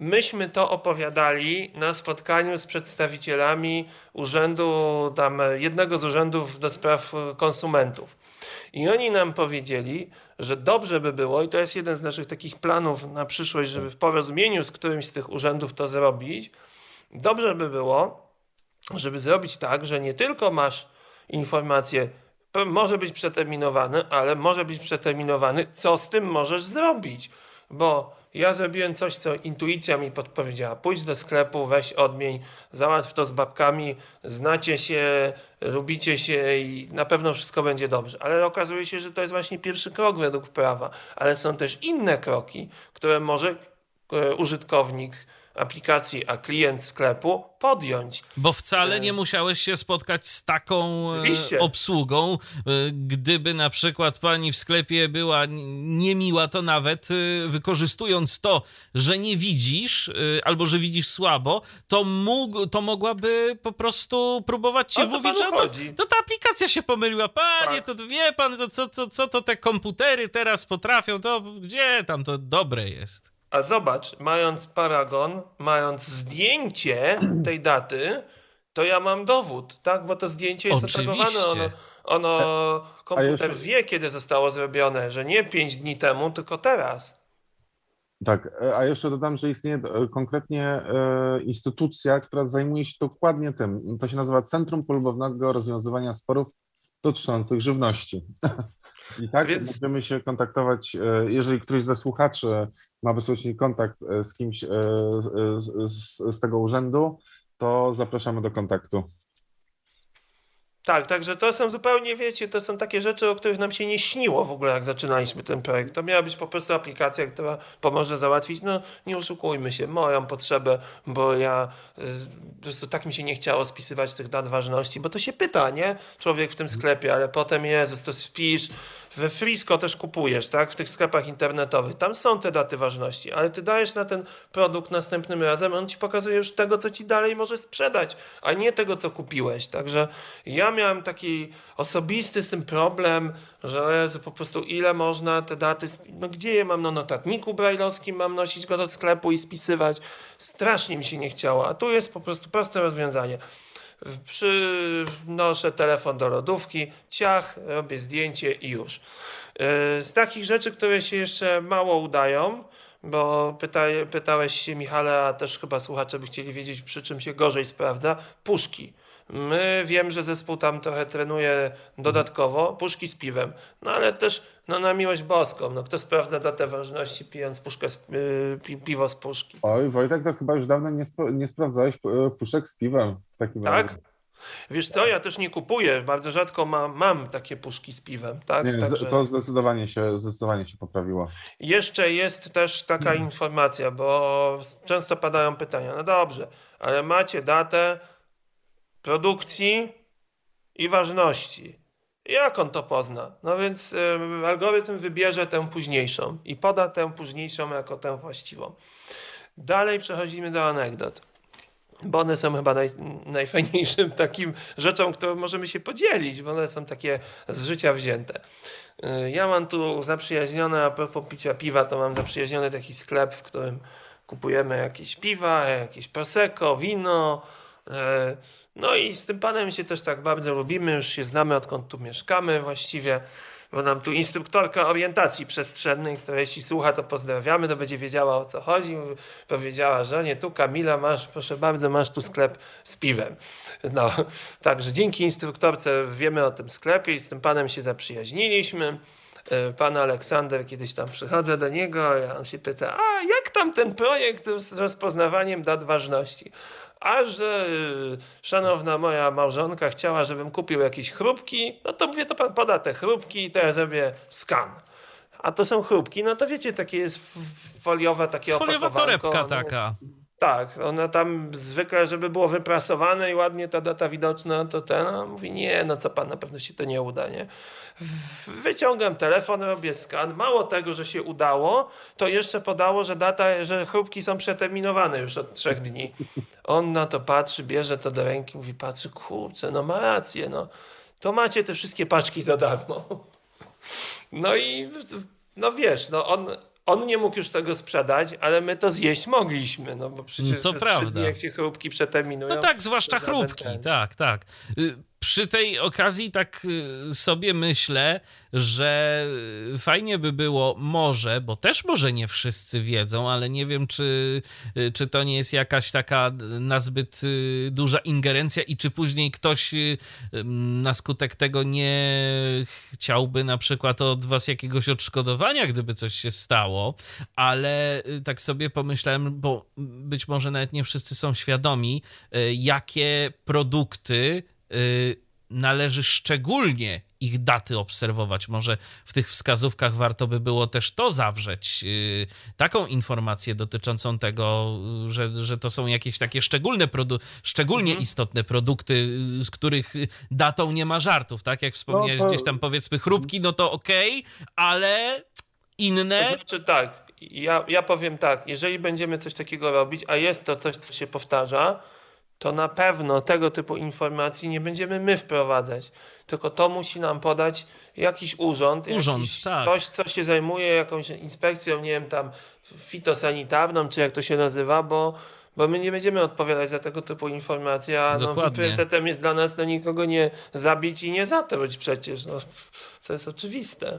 myśmy to opowiadali na spotkaniu z przedstawicielami urzędu, tam jednego z urzędów do spraw konsumentów. I oni nam powiedzieli, że dobrze by było, i to jest jeden z naszych takich planów na przyszłość, żeby w porozumieniu z którymś z tych urzędów to zrobić, dobrze by było, żeby zrobić tak, że nie tylko masz informację, może być przeterminowany, ale może być przeterminowany, co z tym możesz zrobić, bo ja zrobiłem coś, co intuicja mi podpowiedziała. Pójdź do sklepu, weź odmień, załatw to z babkami, znacie się, lubicie się i na pewno wszystko będzie dobrze. Ale okazuje się, że to jest właśnie pierwszy krok według prawa. Ale są też inne kroki, które może e, użytkownik aplikacji, a klient sklepu podjąć. Bo wcale nie musiałeś się spotkać z taką Oczywiście. obsługą. Gdyby na przykład pani w sklepie była niemiła, to nawet wykorzystując to, że nie widzisz albo że widzisz słabo, to, mógł, to mogłaby po prostu próbować cię mówić, że to, to ta aplikacja się pomyliła. Panie, tak. to wie pan, to co, co, co to te komputery teraz potrafią, to gdzie tam to dobre jest. A zobacz, mając paragon, mając zdjęcie tej daty, to ja mam dowód, tak? Bo to zdjęcie jest Oczywiście. otagowane. Ono, ono komputer jeszcze... wie, kiedy zostało zrobione, że nie pięć dni temu, tylko teraz. Tak, a jeszcze dodam, że istnieje konkretnie instytucja, która zajmuje się dokładnie tym. To się nazywa Centrum Polubownego Rozwiązywania Sporów Dotyczących Żywności. I tak Więc... możemy się kontaktować, jeżeli któryś ze słuchaczy ma bezpośredni kontakt z kimś z, z, z tego urzędu, to zapraszamy do kontaktu. Tak, także to są zupełnie, wiecie, to są takie rzeczy, o których nam się nie śniło w ogóle, jak zaczynaliśmy ten projekt. To miała być po prostu aplikacja, która pomoże załatwić, no nie oszukujmy się, moją potrzebę, bo ja po prostu tak mi się nie chciało spisywać tych dat ważności, bo to się pyta, nie? Człowiek w tym sklepie, ale potem Jezus, to wpisz, we Frisco też kupujesz, tak? W tych sklepach internetowych. Tam są te daty ważności, ale ty dajesz na ten produkt następnym razem, on ci pokazuje już tego, co ci dalej może sprzedać, a nie tego, co kupiłeś. Także ja miałem taki osobisty z tym problem, że Jezu, po prostu ile można te daty, no gdzie je mam na notatniku brajlowskim, mam nosić go do sklepu i spisywać. Strasznie mi się nie chciało, a tu jest po prostu proste rozwiązanie. Przynoszę telefon do lodówki, ciach, robię zdjęcie i już. Z takich rzeczy, które się jeszcze mało udają, bo pyta, pytałeś się, Michale, a też chyba słuchacze by chcieli wiedzieć, przy czym się gorzej sprawdza, puszki. My wiem, że zespół tam trochę trenuje dodatkowo, puszki z piwem, no ale też no na miłość boską, no kto sprawdza datę ważności pijąc puszkę z, pi, piwo z puszki. Oj, Wojtek, to chyba już dawno nie, sp- nie sprawdzałeś puszek z piwem w takim Tak? razie. Wiesz co, ja też nie kupuję, bardzo rzadko mam, mam takie puszki z piwem, tak? Nie, Także... to zdecydowanie się, zdecydowanie się poprawiło. Jeszcze jest też taka informacja, bo często padają pytania, no dobrze, ale macie datę produkcji i ważności. Jak on to pozna? No więc y, algorytm wybierze tę późniejszą i poda tę późniejszą jako tę właściwą. Dalej przechodzimy do anegdot, bo one są chyba naj, najfajniejszym takim rzeczą, którą możemy się podzielić, bo one są takie z życia wzięte. Y, ja mam tu zaprzyjaźnione, a propos picia piwa, to mam zaprzyjaźniony taki sklep, w którym kupujemy jakieś piwa, jakieś prosecco, wino. Y, No i z tym panem się też tak bardzo lubimy, już się znamy, odkąd tu mieszkamy właściwie, bo nam tu instruktorka orientacji przestrzennej, która jeśli słucha, to pozdrawiamy, to będzie wiedziała, o co chodzi. Powiedziała żonie, tu Kamila, masz, proszę bardzo, masz tu sklep z piwem. No, także dzięki instruktorce wiemy o tym sklepie i z tym panem się zaprzyjaźniliśmy. Pan Aleksander, kiedyś tam przychodzę do niego i on się pyta, a jak tam ten projekt z rozpoznawaniem dat ważności? A że szanowna moja małżonka chciała, żebym kupił jakieś chrupki, no to mówię, to pan poda te chrupki i to ja zrobię skan. A to są chrupki, no to wiecie, takie jest foliowe takie Foliowa opakowanko. torebka no, taka. Tak, ona tam zwykle, żeby było wyprasowane i ładnie ta data widoczna, to ten, no, mówi, nie, no co pan, na pewno się to nie uda, nie? Wyciągam telefon, robię skan, mało tego, że się udało, to jeszcze podało, że data, że chrupki są przeterminowane już od trzech dni. On na to patrzy, bierze to do ręki, mówi, patrzy, kurczę, no ma rację, no, to macie te wszystkie paczki za darmo. No i, no wiesz, no on... on nie mógł już tego sprzedać, ale my to zjeść mogliśmy, no bo przecież To za prawda. trzy dni, jak się chrupki przeterminują. No tak, zwłaszcza to chrupki, ten. tak, tak. Y, Przy tej okazji tak y, sobie myślę, że fajnie by było może, bo też może nie wszyscy wiedzą, ale nie wiem, czy, y, czy to nie jest jakaś taka nazbyt y, duża ingerencja i czy później ktoś y, na skutek tego nie chciałby na przykład od was jakiegoś odszkodowania, gdyby coś się stało, ale y, tak sobie pomyślałem, bo być może nawet nie wszyscy są świadomi, y, jakie produkty y, należy szczególnie ich daty obserwować. Może w tych wskazówkach warto by było też to zawrzeć, yy, taką informację dotyczącą tego, że, że to są jakieś takie szczególne produ- szczególnie Mhm. istotne produkty, z których datą nie ma żartów, tak? Jak wspomniałeś, No to- gdzieś tam powiedzmy chrupki, no to okej, ale inne... To znaczy tak, ja, ja powiem tak, jeżeli będziemy coś takiego robić, a jest to coś, co się powtarza, to na pewno tego typu informacji nie będziemy my wprowadzać, tylko to musi nam podać jakiś urząd, Urząd, jakiś, tak. ktoś, co się zajmuje jakąś inspekcją, nie wiem, tam fitosanitarną, czy jak to się nazywa, bo, bo my nie będziemy odpowiadać za tego typu informacje, a no, Dokładnie. priorytetem jest dla nas no, nikogo nie zabić i nie zatruć przecież, no, co jest oczywiste.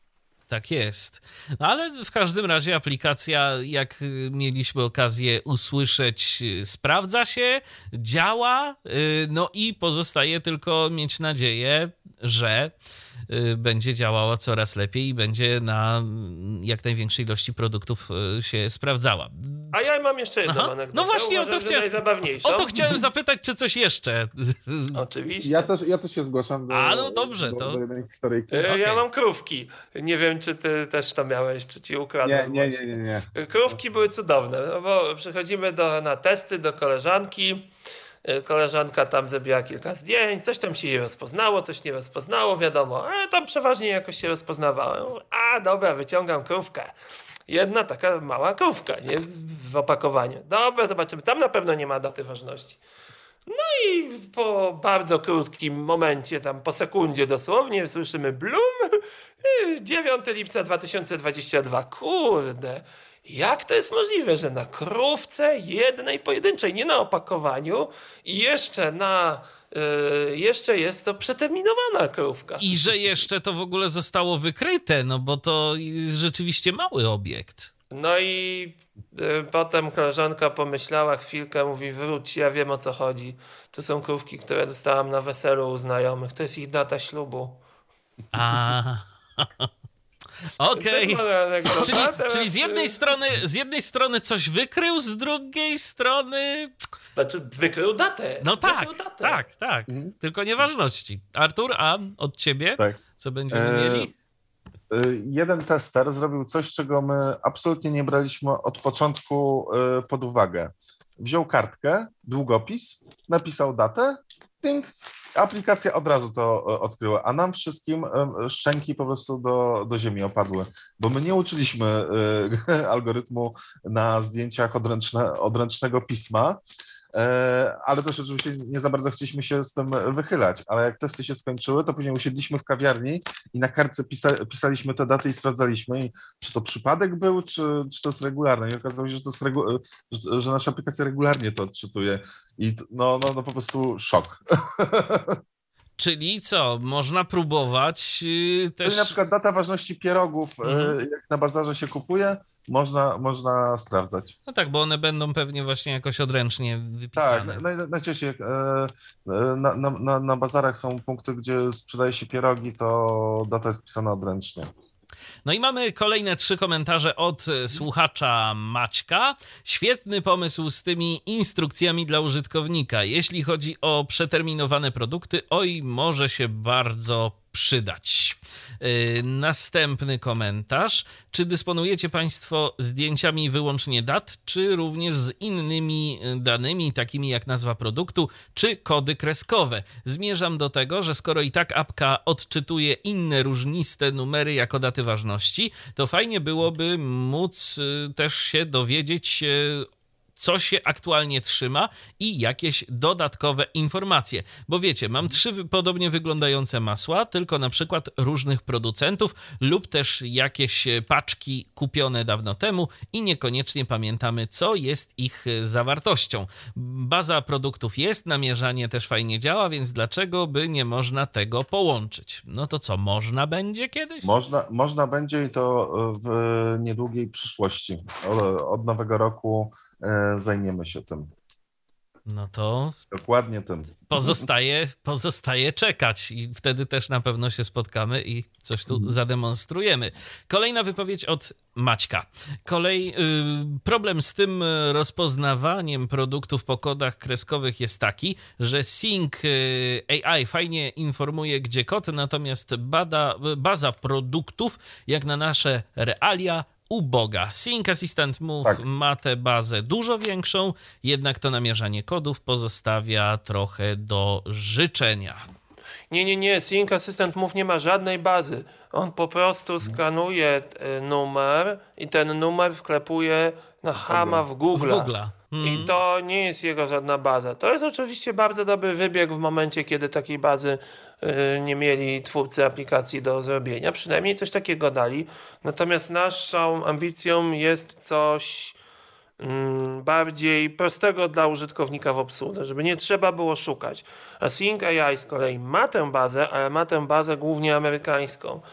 Tak jest. No ale w każdym razie aplikacja, jak y, mieliśmy okazję usłyszeć, y, sprawdza się, działa, y, no i pozostaje tylko mieć nadzieję, że y, będzie działała coraz lepiej i będzie na mm, jak największej ilości produktów y, się sprawdzała. A ja mam jeszcze jedną Aha. anegdotę, No właśnie, o to uważam, że chciałem- najzabawniejszą. O to chciałem zapytać, czy coś jeszcze. Oczywiście. Ja też, ja też się zgłaszam do, A, no dobrze, do, to- do jednej historyjki. E, Ja Okej. mam krówki. Nie wiem, czy ty też to miałeś, czy ci Nie, ukradłem. nie, nie, właśnie. nie, nie. Krówki były cudowne, no bo przychodzimy do, na testy do koleżanki. E, Koleżanka tam zrobiła kilka zdjęć, coś tam się jej rozpoznało, coś nie rozpoznało, wiadomo, ale tam przeważnie jakoś się rozpoznawało. A dobra, wyciągam krówkę. Jedna taka mała krówka, nie? W opakowaniu. Dobra, zobaczymy. Tam na pewno nie ma daty ważności. No i po bardzo krótkim momencie, tam po sekundzie dosłownie, słyszymy blum, dziewiątego lipca dwa tysiące dwudziestego drugiego. Kurde, jak to jest możliwe, że na krówce jednej pojedynczej, nie na opakowaniu i jeszcze na, yy, jeszcze jest to przeterminowana krówka. I że jeszcze to w ogóle zostało wykryte, no bo to jest rzeczywiście mały obiekt. No i y, potem koleżanka pomyślała chwilkę, mówi wróć, ja wiem o co chodzi. To są krówki, które dostałam na weselu u znajomych, to jest ich data ślubu. A. To Okej. jest moja anegdota. Czyli, Teraz, czyli z jednej y, strony z jednej strony coś wykrył, z drugiej strony. Znaczy wykrył datę. No tak, wykrył datę. tak, tak. Tylko nieważności. Artur, a od ciebie? Tak. Co będziemy E, mieli? Y, Jeden tester zrobił coś, czego my absolutnie nie braliśmy od początku y, pod uwagę. Wziął kartkę, długopis, napisał datę, ting, aplikacja od razu to y, odkryła, a nam wszystkim y, szczęki po prostu do, do ziemi opadły, bo my nie uczyliśmy y, algorytmu na zdjęciach odręczne, odręcznego pisma, e, ale też oczywiście nie za bardzo chcieliśmy się z tym wychylać, ale jak testy się skończyły, to później usiedliśmy w kawiarni i na kartce pisa, pisaliśmy te daty i sprawdzaliśmy, i czy to przypadek był, czy, czy to jest regularne. I okazało się, że, to jest regu, że, że nasza aplikacja regularnie to odczytuje i t- no, no, no po prostu szok. Czyli co, można próbować yy, też. Czyli na przykład data ważności pierogów, Mhm. e, jak na bazarze się kupuje, można, można sprawdzać. No tak, bo one będą pewnie właśnie jakoś odręcznie wypisane. Tak, naj, najczęściej jak, e, e, na, na, na, na bazarach są punkty, gdzie sprzedaje się pierogi, to data jest pisana odręcznie. No i mamy kolejne trzy komentarze od e, słuchacza Maćka. Świetny pomysł z tymi instrukcjami dla użytkownika. Jeśli chodzi o przeterminowane produkty, oj, może się bardzo przydać. Yy, następny komentarz. Czy dysponujecie Państwo zdjęciami wyłącznie dat, czy również z innymi danymi, takimi jak nazwa produktu, czy kody kreskowe? Zmierzam do tego, że skoro i tak apka odczytuje inne różniste numery jako daty ważności, to fajnie byłoby móc yy, też się dowiedzieć, yy, co się aktualnie trzyma i jakieś dodatkowe informacje. Bo wiecie, mam trzy podobnie wyglądające masła, tylko na przykład różnych producentów lub też jakieś paczki kupione dawno temu i niekoniecznie pamiętamy, co jest ich zawartością. Baza produktów jest, namierzanie też fajnie działa, więc dlaczego by nie można tego połączyć? No to co, można będzie kiedyś? Można, można będzie i to w niedługiej przyszłości. Od nowego roku zajmiemy się tym. No to Dokładnie tym. Pozostaje, pozostaje czekać i wtedy też na pewno się spotkamy i coś tu zademonstrujemy. Kolejna wypowiedź od Maćka. Kolej, yy, problem z tym rozpoznawaniem produktów po kodach kreskowych jest taki, że Sync A I fajnie informuje, gdzie kod, natomiast bada, baza produktów, jak na nasze realia, uboga. Sync Assistant Move tak. ma tę bazę dużo większą, jednak to namierzanie kodów pozostawia trochę do życzenia. Nie, nie, nie. Sync Assistant Move nie ma żadnej bazy. On po prostu skanuje numer i ten numer wklepuje na chama w Google. W Google'a. I to nie jest jego żadna baza. To jest oczywiście bardzo dobry wybieg w momencie, kiedy takiej bazy y, nie mieli twórcy aplikacji do zrobienia. Przynajmniej coś takiego dali. Natomiast naszą ambicją jest coś mm, bardziej prostego dla użytkownika w obsłudze, żeby nie trzeba było szukać. A Sync A I z kolei ma tę bazę, ale ma tę bazę głównie amerykańską.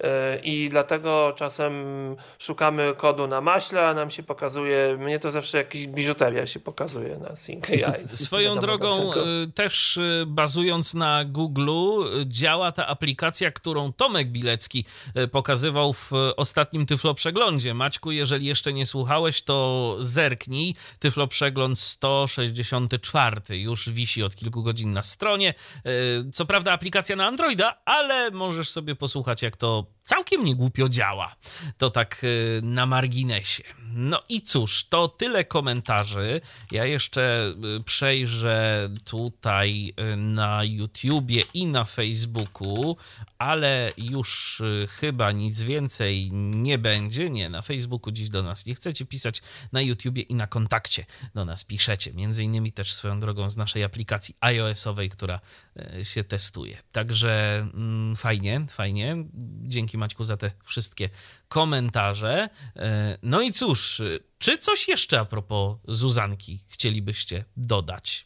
I dlatego czasem szukamy kodu na maśle, a nam się pokazuje, mnie to zawsze jakaś biżuteria się pokazuje na Sync A I. Swoją drogą też bazując na Google'u działa ta aplikacja, którą Tomek Bilecki pokazywał w ostatnim Tyflo Przeglądzie. Maćku, jeżeli jeszcze nie słuchałeś, to zerknij. Tyflo Przegląd sto sześćdziesiąty czwarty już wisi od kilku godzin na stronie. Co prawda aplikacja na Androida, ale możesz sobie posłuchać, jak to całkiem niegłupio działa. To tak na marginesie. No i cóż, to tyle komentarzy. Ja jeszcze przejrzę tutaj na YouTubie i na Facebooku, ale już chyba nic więcej nie będzie. Nie, na Facebooku dziś do nas nie chcecie pisać, na YouTubie i na kontakcie do nas piszecie. Między innymi też swoją drogą z naszej aplikacji iOS-owej, która się testuje. Także mm, fajnie, fajnie. Dzięki Maćku za te wszystkie komentarze. No i cóż, czy coś jeszcze a propos Zuzanki chcielibyście dodać?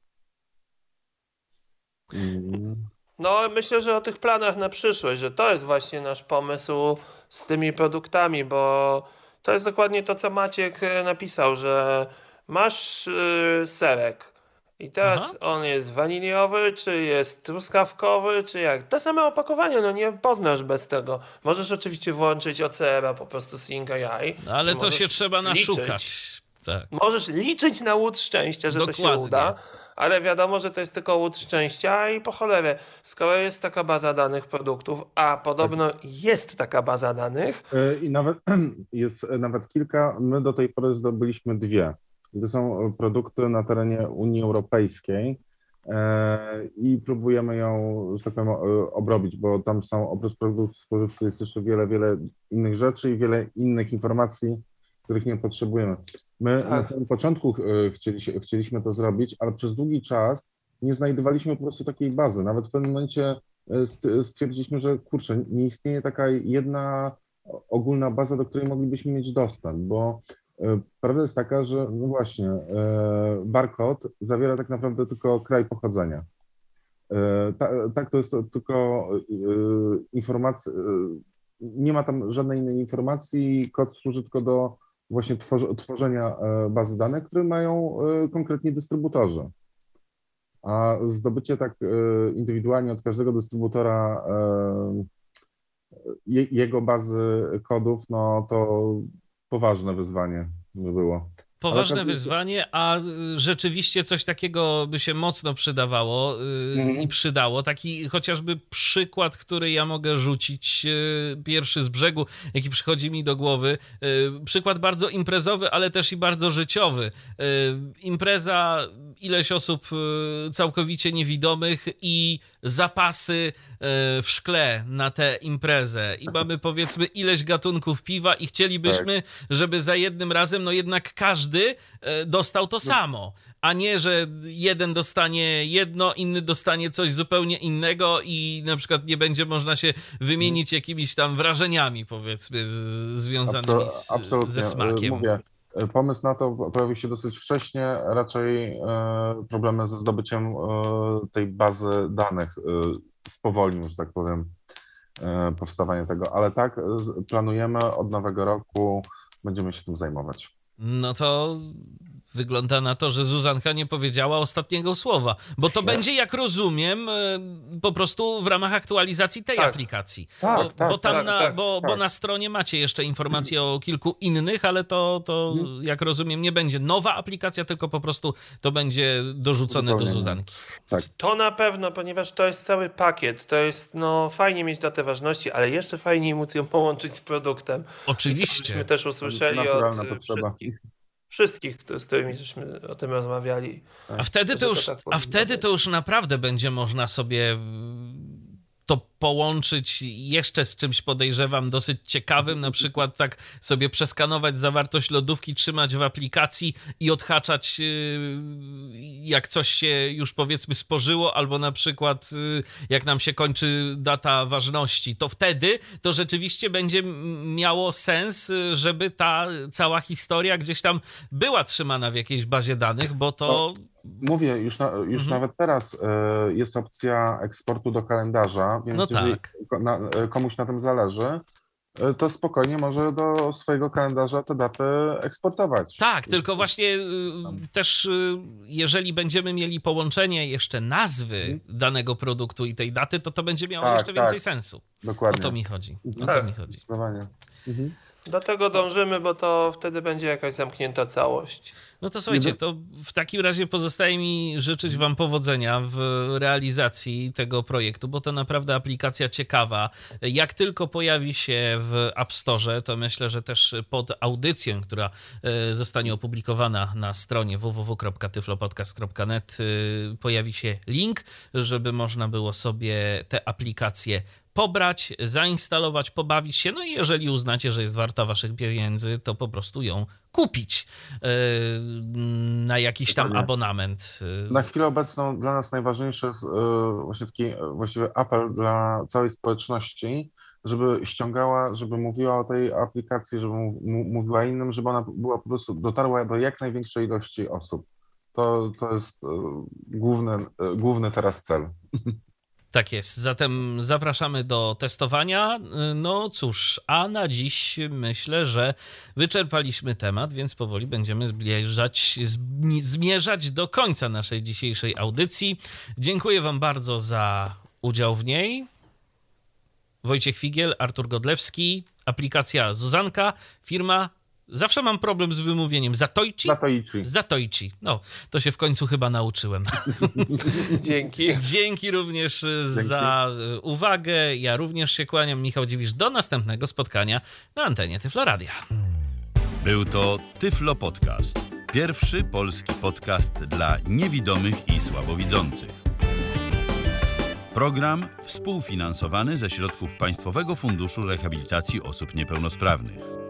No, myślę, że o tych planach na przyszłość, że to jest właśnie nasz pomysł z tymi produktami, bo to jest dokładnie to, co Maciek napisał, że masz yy, serek i teraz Aha. on jest waniliowy, czy jest truskawkowy, czy jak. Te same opakowanie, no nie poznasz bez tego. Możesz oczywiście włączyć O C R a, po prostu Sync A I. Ale to się trzeba naszukać. Tak. Możesz liczyć na łód szczęścia, że Dokładnie. to się uda, ale wiadomo, że to jest tylko łód szczęścia i po cholerę, skoro jest taka baza danych produktów, a podobno tak. jest taka baza danych. I nawet jest nawet kilka, my do tej pory zdobyliśmy dwie. To są produkty na terenie Unii Europejskiej i próbujemy ją, że tak powiem, obrobić, bo tam są oprócz produktów spożywczych jest jeszcze wiele, wiele innych rzeczy i wiele innych informacji, których nie potrzebujemy. My tak. na samym początku chcieli, chcieliśmy to zrobić, ale przez długi czas nie znajdowaliśmy po prostu takiej bazy. Nawet w pewnym momencie stwierdziliśmy, że kurczę, nie istnieje taka jedna ogólna baza, do której moglibyśmy mieć dostęp, bo prawda jest taka, że no właśnie barkod zawiera tak naprawdę tylko kraj pochodzenia. Tak, tak to jest to tylko informacja, nie ma tam żadnej innej informacji, kod służy tylko do właśnie tworzenia bazy danych, które mają konkretnie dystrybutorzy. A zdobycie tak indywidualnie od każdego dystrybutora jego bazy kodów, no to poważne wyzwanie by było. Poważne każdy... wyzwanie, a rzeczywiście coś takiego by się mocno przydawało yy, mm-hmm. i przydało. Taki chociażby przykład, który ja mogę rzucić, yy, pierwszy z brzegu, jaki przychodzi mi do głowy. Yy, przykład bardzo imprezowy, ale też i bardzo życiowy. Yy, impreza, ileś osób yy, całkowicie niewidomych i zapasy yy, w szkle na tę imprezę. I mamy powiedzmy ileś gatunków piwa i chcielibyśmy, tak. żeby za jednym razem, no jednak każdy każdy dostał to samo, a nie, że jeden dostanie jedno, inny dostanie coś zupełnie innego i na przykład nie będzie można się wymienić jakimiś tam wrażeniami, powiedzmy, z, związanymi z, ze smakiem. Mówię, pomysł na to pojawił się dosyć wcześnie, raczej e, problemy ze zdobyciem e, tej bazy danych e, spowolnił, że tak powiem, e, powstawanie tego, ale tak, z, planujemy od nowego roku, będziemy się tym zajmować. No to wygląda na to, że Zuzanka nie powiedziała ostatniego słowa, bo to będzie, jak rozumiem, po prostu w ramach aktualizacji tej tak. aplikacji. Tak, bo, tak, bo, tam tak, na, tak, bo, tak. bo na stronie macie jeszcze informacje o kilku innych, ale to, to jak rozumiem, nie będzie nowa aplikacja, tylko po prostu to będzie dorzucone Zupełnie do nie. Zuzanki. Tak. To na pewno, ponieważ to jest cały pakiet. To jest no fajnie mieć datę ważności, ale jeszcze fajniej móc ją połączyć z produktem. Oczywiście. Myśmy też usłyszeli od Naturalna y, potrzeba. wszystkich, wszystkich, kto- z którymi żeśmy o tym rozmawiali. A wtedy Że to to już, tak a powinno wtedy być. to już naprawdę będzie można sobie mm, to połączyć jeszcze z czymś, podejrzewam, dosyć ciekawym, na przykład tak sobie przeskanować zawartość lodówki, trzymać w aplikacji i odhaczać, yy, jak coś się już powiedzmy spożyło, albo na przykład yy, jak nam się kończy data ważności, to wtedy to rzeczywiście będzie m- miało sens, yy, żeby ta cała historia gdzieś tam była trzymana w jakiejś bazie danych, bo to... Mówię, już, na, już Mhm. nawet teraz e, jest opcja eksportu do kalendarza, więc No jeżeli tak. ko- na, e, komuś na tym zależy, e, to spokojnie może do swojego kalendarza te daty eksportować. Tak, tylko właśnie y, też y, jeżeli będziemy mieli połączenie jeszcze nazwy danego produktu i tej daty, to to będzie miało Tak, jeszcze więcej tak. sensu. O Dokładnie. to mi chodzi. O Tak. to mi chodzi. Zdecydowanie. Mhm. Do tego dążymy, bo to wtedy będzie jakaś zamknięta całość. No to słuchajcie, to w takim razie pozostaje mi życzyć wam powodzenia w realizacji tego projektu, bo to naprawdę aplikacja ciekawa. Jak tylko pojawi się w App Store, to myślę, że też pod audycją, która e, zostanie opublikowana na stronie w w w kropka tyflopodcast kropka net e, pojawi się link, żeby można było sobie tę aplikację pobrać, zainstalować, pobawić się, no i jeżeli uznacie, że jest warta waszych pieniędzy, to po prostu ją kupić yy, na jakiś tam Dokładnie. abonament. Na chwilę obecną dla nas najważniejszy jest e, właśnie taki e, właściwie apel dla całej społeczności, żeby ściągała, żeby mówiła o tej aplikacji, żeby mu- mu- mówiła innym, żeby ona była po prostu dotarła do jak największej ilości osób. To, to jest e, główny, e, główny teraz cel. Tak jest. Zatem zapraszamy do testowania. No cóż, a na dziś myślę, że wyczerpaliśmy temat, więc powoli będziemy zbliżać, zmi- zmierzać do końca naszej dzisiejszej audycji. Dziękuję wam bardzo za udział w niej. Wojciech Figiel, Artur Godlewski, aplikacja Zuzanka, firma, zawsze mam problem z wymówieniem, Zatoichi? Zatoichi. Zatoichi. No, to się w końcu chyba nauczyłem. Dzięki. Dzięki również y, za y, uwagę. Ja również się kłaniam. Michał Dziwisz. Do następnego spotkania na antenie Tyflo Radia. Był to Tyflo Podcast. Pierwszy polski podcast dla niewidomych i słabowidzących. Program współfinansowany ze środków Państwowego Funduszu Rehabilitacji Osób Niepełnosprawnych.